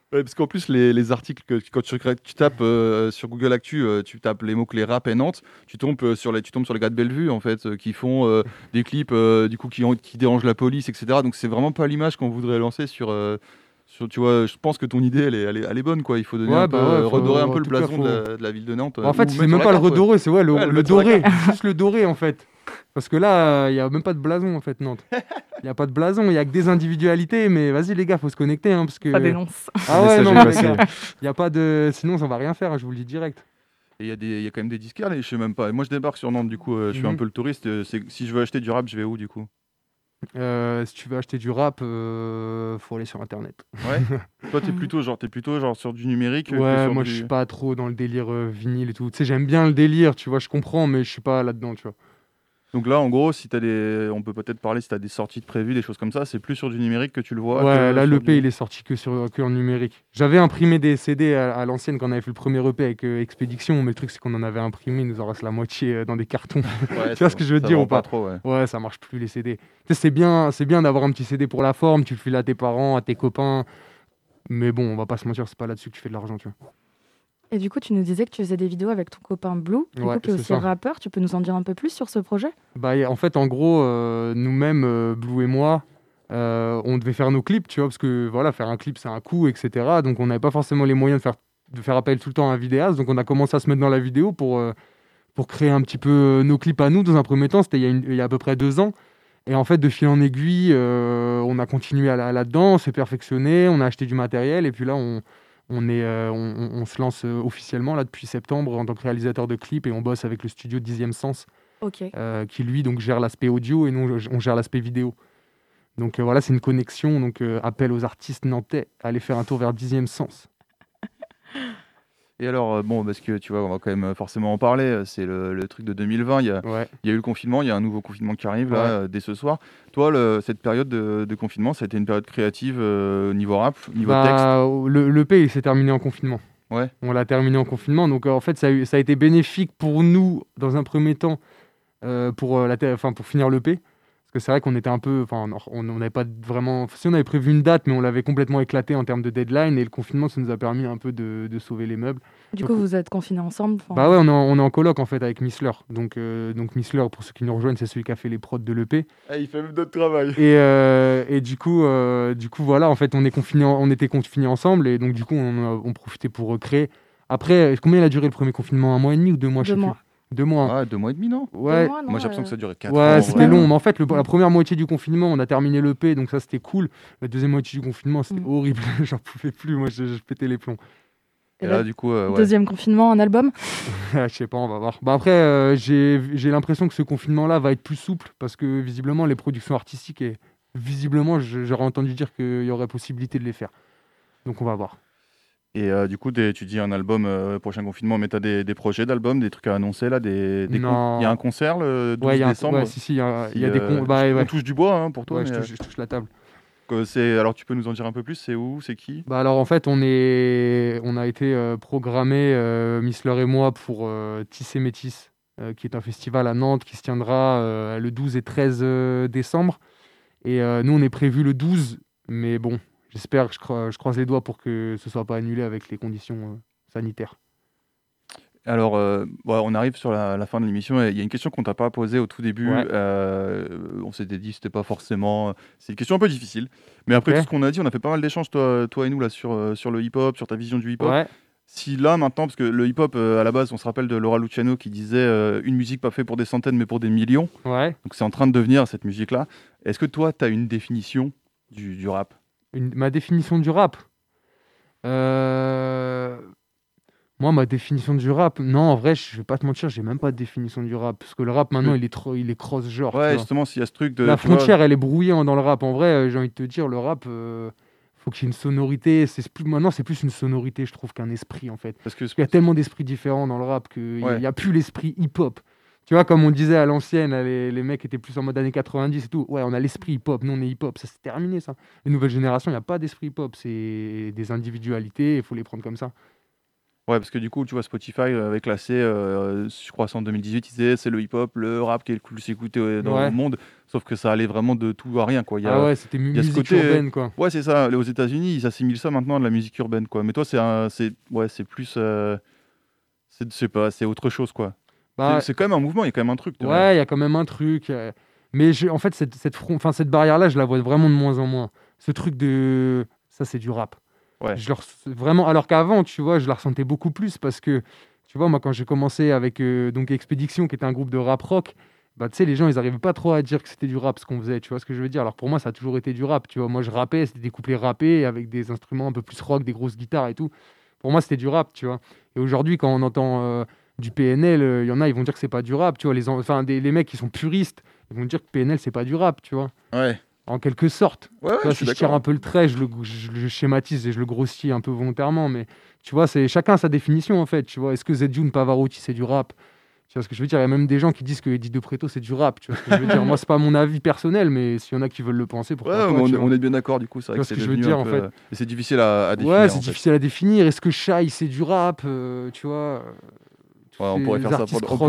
Ouais, parce qu'en plus, les articles, quand tu tapes sur Google Actu, tu tapes les mots-clés rap et Nantes, tu tombes sur les gars de Bellevue, en fait, qui font des clips du coup, qui dérangent la police, etc. Donc, c'est vraiment pas l'image qu'on voudrait lancer sur. Tu vois, je pense que ton idée, elle est bonne, quoi. Il faut donner redorer un peu le blason de la ville de Nantes. En fait, c'est même pas le redorer, c'est le doré, juste le doré, en fait. Parce que là, il n'y a même pas de blason, en fait, Nantes. Il n'y a pas de blason, il n'y a que des individualités. Mais vas-y, les gars, faut se connecter. Hein, parce que... Ça dénonce. Ah ouais, non, les gars, il n'y a pas de... Sinon, ça va rien faire, je vous le dis direct. Et il y a quand même des disquaires, je sais même pas. Moi, je débarque sur Nantes, du coup, je suis un peu le touriste. Si je veux acheter du rap, je vais où, du coup? Si tu veux acheter du rap, faut aller sur Internet. Ouais. Toi, t'es plutôt genre sur du numérique. Ouais, moi, je suis pas trop dans le délire vinyle et tout. Tu sais, j'aime bien le délire, tu vois, je comprends, mais je suis pas là-dedans, tu vois. Donc là, en gros, on peut peut-être parler si tu as des sorties de prévues, des choses comme ça, c'est plus sur du numérique que tu le vois. Ouais, là, l'EP, il est sorti que en numérique. J'avais imprimé des CD à l'ancienne quand on avait fait le premier EP avec Expédition, mais le truc, c'est qu'on en avait imprimé, il nous en reste la moitié dans des cartons. Ouais, tu vois ce que je veux dire ou pas trop, ouais, ça marche plus les CD. Tu sais, c'est bien d'avoir un petit CD pour la forme, tu le files à tes parents, à tes copains, mais bon, on va pas se mentir, c'est pas là-dessus que tu fais de l'argent, tu vois. Et du coup, tu nous disais que tu faisais des vidéos avec ton copain Blue, qui est aussi rappeur. Tu peux nous en dire un peu plus sur ce projet ? En fait, en gros, nous-mêmes, Blue et moi, on devait faire nos clips, tu vois, parce que voilà, faire un clip, c'est un coût, etc. Donc, on n'avait pas forcément les moyens de faire appel tout le temps à un vidéaste. Donc, on a commencé à se mettre dans la vidéo pour créer un petit peu nos clips à nous. Dans un premier temps, c'était il y a à peu près 2 ans. Et en fait, de fil en aiguille, on a continué là-dedans, on s'est perfectionné, on a acheté du matériel, et puis là, on se lance officiellement là depuis septembre en tant que réalisateur de clips et on bosse avec le studio 10e Sens qui lui donc gère l'aspect audio et nous on gère l'aspect vidéo. Donc voilà, c'est une connexion, donc appel aux artistes nantais à aller faire un tour vers 10e Sens. Et alors, parce que tu vois, on va quand même forcément en parler, c'est le truc de 2020, il y a eu le confinement, il y a un nouveau confinement qui arrive là, dès ce soir. Toi, cette période de confinement, ça a été une période créative niveau rap, niveau texte? L'EP s'est terminé en confinement. Ouais. On l'a terminé en confinement, donc en fait, ça a été bénéfique pour nous, dans un premier temps, pour finir l'EP. Parce que c'est vrai qu'on était un peu... on n'avait pas vraiment... Si on avait prévu une date, mais on l'avait complètement éclaté en termes de deadline. Et le confinement, ça nous a permis un peu de sauver les meubles. Du coup, vous êtes confinés ensemble? Bah ouais, on est en coloc, en fait, avec Missler. Donc Missler, pour ceux qui nous rejoignent, c'est celui qui a fait les prods de l'EP. Ah, il fait même d'autres travail. Et du coup, voilà, en fait, on était confinés ensemble. Et donc, du coup, on profitait pour recréer. Après, combien il a duré le premier confinement? 1 mois et demi ou 2 mois? 2 mois. 2 mois. Ah, 2 mois et demi, non? Ouais. Mois, non, moi, j'ai l'impression que ça durait 4 ans. Ouais, c'était long. Mais en fait, la première moitié du confinement, on a terminé l'EP, donc ça, c'était cool. La deuxième moitié du confinement, c'était horrible. J'en pouvais plus. Moi, je pétais les plombs. Et là, du coup, deuxième confinement, un album? Je sais pas, on va voir. Après, j'ai l'impression que ce confinement-là va être plus souple parce que visiblement, les productions artistiques, et visiblement, j'aurais entendu dire qu'il y aurait possibilité de les faire. Donc, on va voir. Et du coup, tu dis un album prochain confinement, mais tu as des projets d'album, des trucs à annoncer là, il y a un concert le 12 décembre. Il y a des on touche du bois pour toi. Ouais, je touche la table. Alors, tu peux nous en dire un peu plus? C'est où? C'est qui? Alors, en fait, on a été programmés, Missler et moi, pour Tisser Métis, qui est un festival à Nantes qui se tiendra le 12 et 13 décembre. Et nous, on est prévu le 12, mais bon, j'espère, je croise les doigts pour que ce ne soit pas annulé avec les conditions sanitaires. Alors, on arrive sur la fin de l'émission et il y a une question qu'on t'a pas posée au tout début. Ouais. On s'était dit que c'était pas forcément... C'est une question un peu difficile. Mais après tout ce qu'on a dit, on a fait pas mal d'échanges, toi et nous, là, sur le hip-hop, sur ta vision du hip-hop. Ouais. Si là, maintenant, parce que le hip-hop, à la base, on se rappelle de Laura Luciano qui disait une musique pas faite pour des centaines, mais pour des millions. Ouais. Donc c'est en train de devenir cette musique-là. Est-ce que toi, tu as une définition du rap? Ma définition du rap Moi, ma définition du rap, non, en vrai, je vais pas te mentir, j'ai même pas de définition du rap. Parce que le rap, maintenant, il est cross-genre. Ouais, justement, s'il y a ce truc de... La frontière, elle est brouillée dans le rap. En vrai, j'ai envie de te dire, le rap, faut qu'il y ait une sonorité. Maintenant, c'est plus une sonorité, je trouve, qu'un esprit, en fait. Parce qu'il y a tellement d'esprits différents dans le rap qu'il n'y a plus l'esprit hip-hop. Tu vois, comme on disait à l'ancienne, les mecs étaient plus en mode années 90 et tout. Ouais, on a l'esprit hip-hop, nous, on est hip-hop. Ça, c'est terminé, ça. Les nouvelles générations, il n'y a pas d'esprit hip-hop. C'est des individualités, il faut les prendre comme ça. Ouais, parce que du coup, tu vois, Spotify avait classé, je crois, c'est en 2018, ils disaient c'est le hip-hop, le rap qui est le plus écouté dans le monde. Sauf que ça allait vraiment de tout à rien, quoi. C'était musique urbaine, quoi. Ouais, c'est ça. Aux États-Unis, ils assimilent ça maintenant à de la musique urbaine, quoi. Mais toi, c'est plus, c'est autre chose, quoi. C'est quand même un mouvement, il y a quand même un truc. Ouais, il y a quand même un truc. Mais en fait, cette barrière-là, je la vois vraiment de moins en moins. Ce truc de ça, c'est du rap. Ouais. Vraiment, alors qu'avant, tu vois, je la ressentais beaucoup plus parce que, tu vois, moi, quand j'ai commencé avec donc Expédition, qui était un groupe de rap rock, bah, tu sais, les gens, ils n'arrivaient pas trop à dire que c'était du rap ce qu'on faisait, tu vois ce que je veux dire. Alors pour moi, ça a toujours été du rap, tu vois. Moi, je rappais, c'était des couplets rappés avec des instruments un peu plus rock, des grosses guitares et tout. Pour moi, c'était du rap, tu vois. Et aujourd'hui, quand on entend du PNL, il y en a, ils vont dire que c'est pas du rap, tu vois. Les mecs qui sont puristes, ils vont dire que PNL, c'est pas du rap, tu vois. Ouais. En quelque sorte. Ouais, si je tire un peu le trait, je le schématise et je le grossis un peu volontairement, mais tu vois, c'est chacun sa définition en fait. Tu vois, est-ce que Zedjoun Pavarotti c'est du rap? Tu vois ce que je veux dire? Il y a même des gens qui disent que Eddie De Pretto c'est du rap. Tu vois ce que je veux dire? Moi, c'est pas mon avis personnel, mais s'il y en a qui veulent le penser, pourquoi pas, on est bien d'accord du coup. C'est vrai que ce que je veux dire en fait. Et c'est difficile à définir. Ouais, c'est difficile à définir. Est-ce que Shai c'est du rap? Tu vois. On pourrait faire ça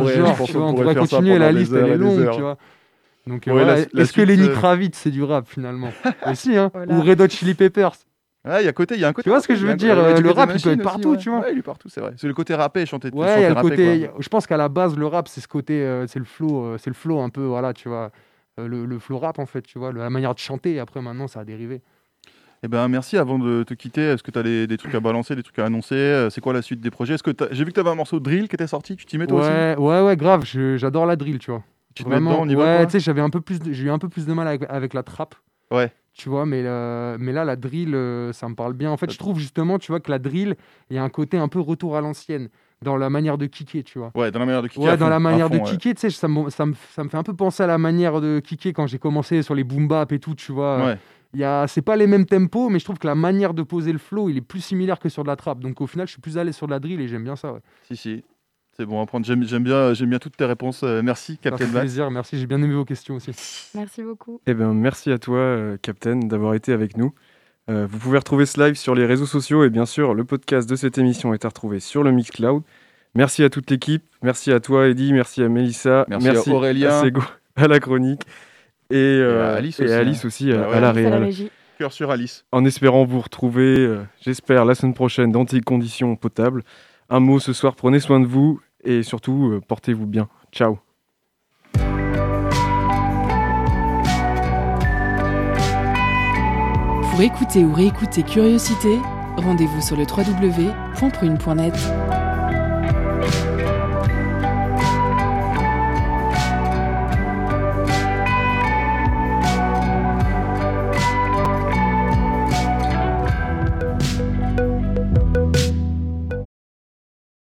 on pourrait continuer, la liste elle est longue, tu vois. Donc, est-ce que Lenny Kravitz c'est du rap finalement? Aussi, hein. Ou Red Hot Chili Peppers. Ouais, il y a un côté. Tu vois ce que je veux dire? Le rap, il peut être partout, tu vois. Ouais, il est partout, c'est vrai. C'est le côté rappé, chanter. Ouais, il y a le côté. Je pense qu'à la base, le rap, c'est ce côté, c'est le flow un peu, voilà, tu vois, le flow rap en fait, tu vois, la manière de chanter. Et après, maintenant, ça a dérivé. Eh ben, merci. Avant de te quitter, est-ce que tu as des trucs à balancer, des trucs à annoncer? C'est quoi la suite des projets? J'ai vu que tu avais un morceau de drill qui était sorti. Tu t'y mets toi aussi? Ouais, grave. J'adore la drill, tu vois. Tu te mets dedans, on y va, tu sais, j'ai eu un peu plus de mal avec la trappe. Ouais. Tu vois, mais là, la drill, ça me parle bien. En fait, je trouve justement, tu vois, que la drill, il y a un côté un peu retour à l'ancienne dans la manière de kicker, tu vois. Ouais, dans la manière de kicker. Ouais, dans la manière de kicker, tu sais, ça me fait un peu penser à la manière de kicker quand j'ai commencé sur les boom bap et tout, tu vois. Ouais. C'est pas les mêmes tempos, mais je trouve que la manière de poser le flow, il est plus similaire que sur de la trappe. Donc au final, je suis plus à l'aise sur de la drill et j'aime bien ça. Ouais. Si. C'est bon à prendre. J'aime bien toutes tes réponses. Merci, Captain Max. Plaisir, merci. J'ai bien aimé vos questions aussi. Merci beaucoup. Eh bien, merci à toi, Captain, d'avoir été avec nous. Vous pouvez retrouver ce live sur les réseaux sociaux et bien sûr, le podcast de cette émission est à retrouver sur le Mixcloud. Merci à toute l'équipe. Merci à toi, Eddy. Merci à Mélissa. Merci à Aurélien. À Sego, à la chronique. Et à Alice aussi, à la réal. Cœur sur Alice. En espérant vous retrouver, j'espère, la semaine prochaine dans des conditions potables. Un mot ce soir, prenez soin de vous et surtout, portez-vous bien. Ciao. Pour écouter ou réécouter Curiosité, rendez-vous sur le www.prune.net.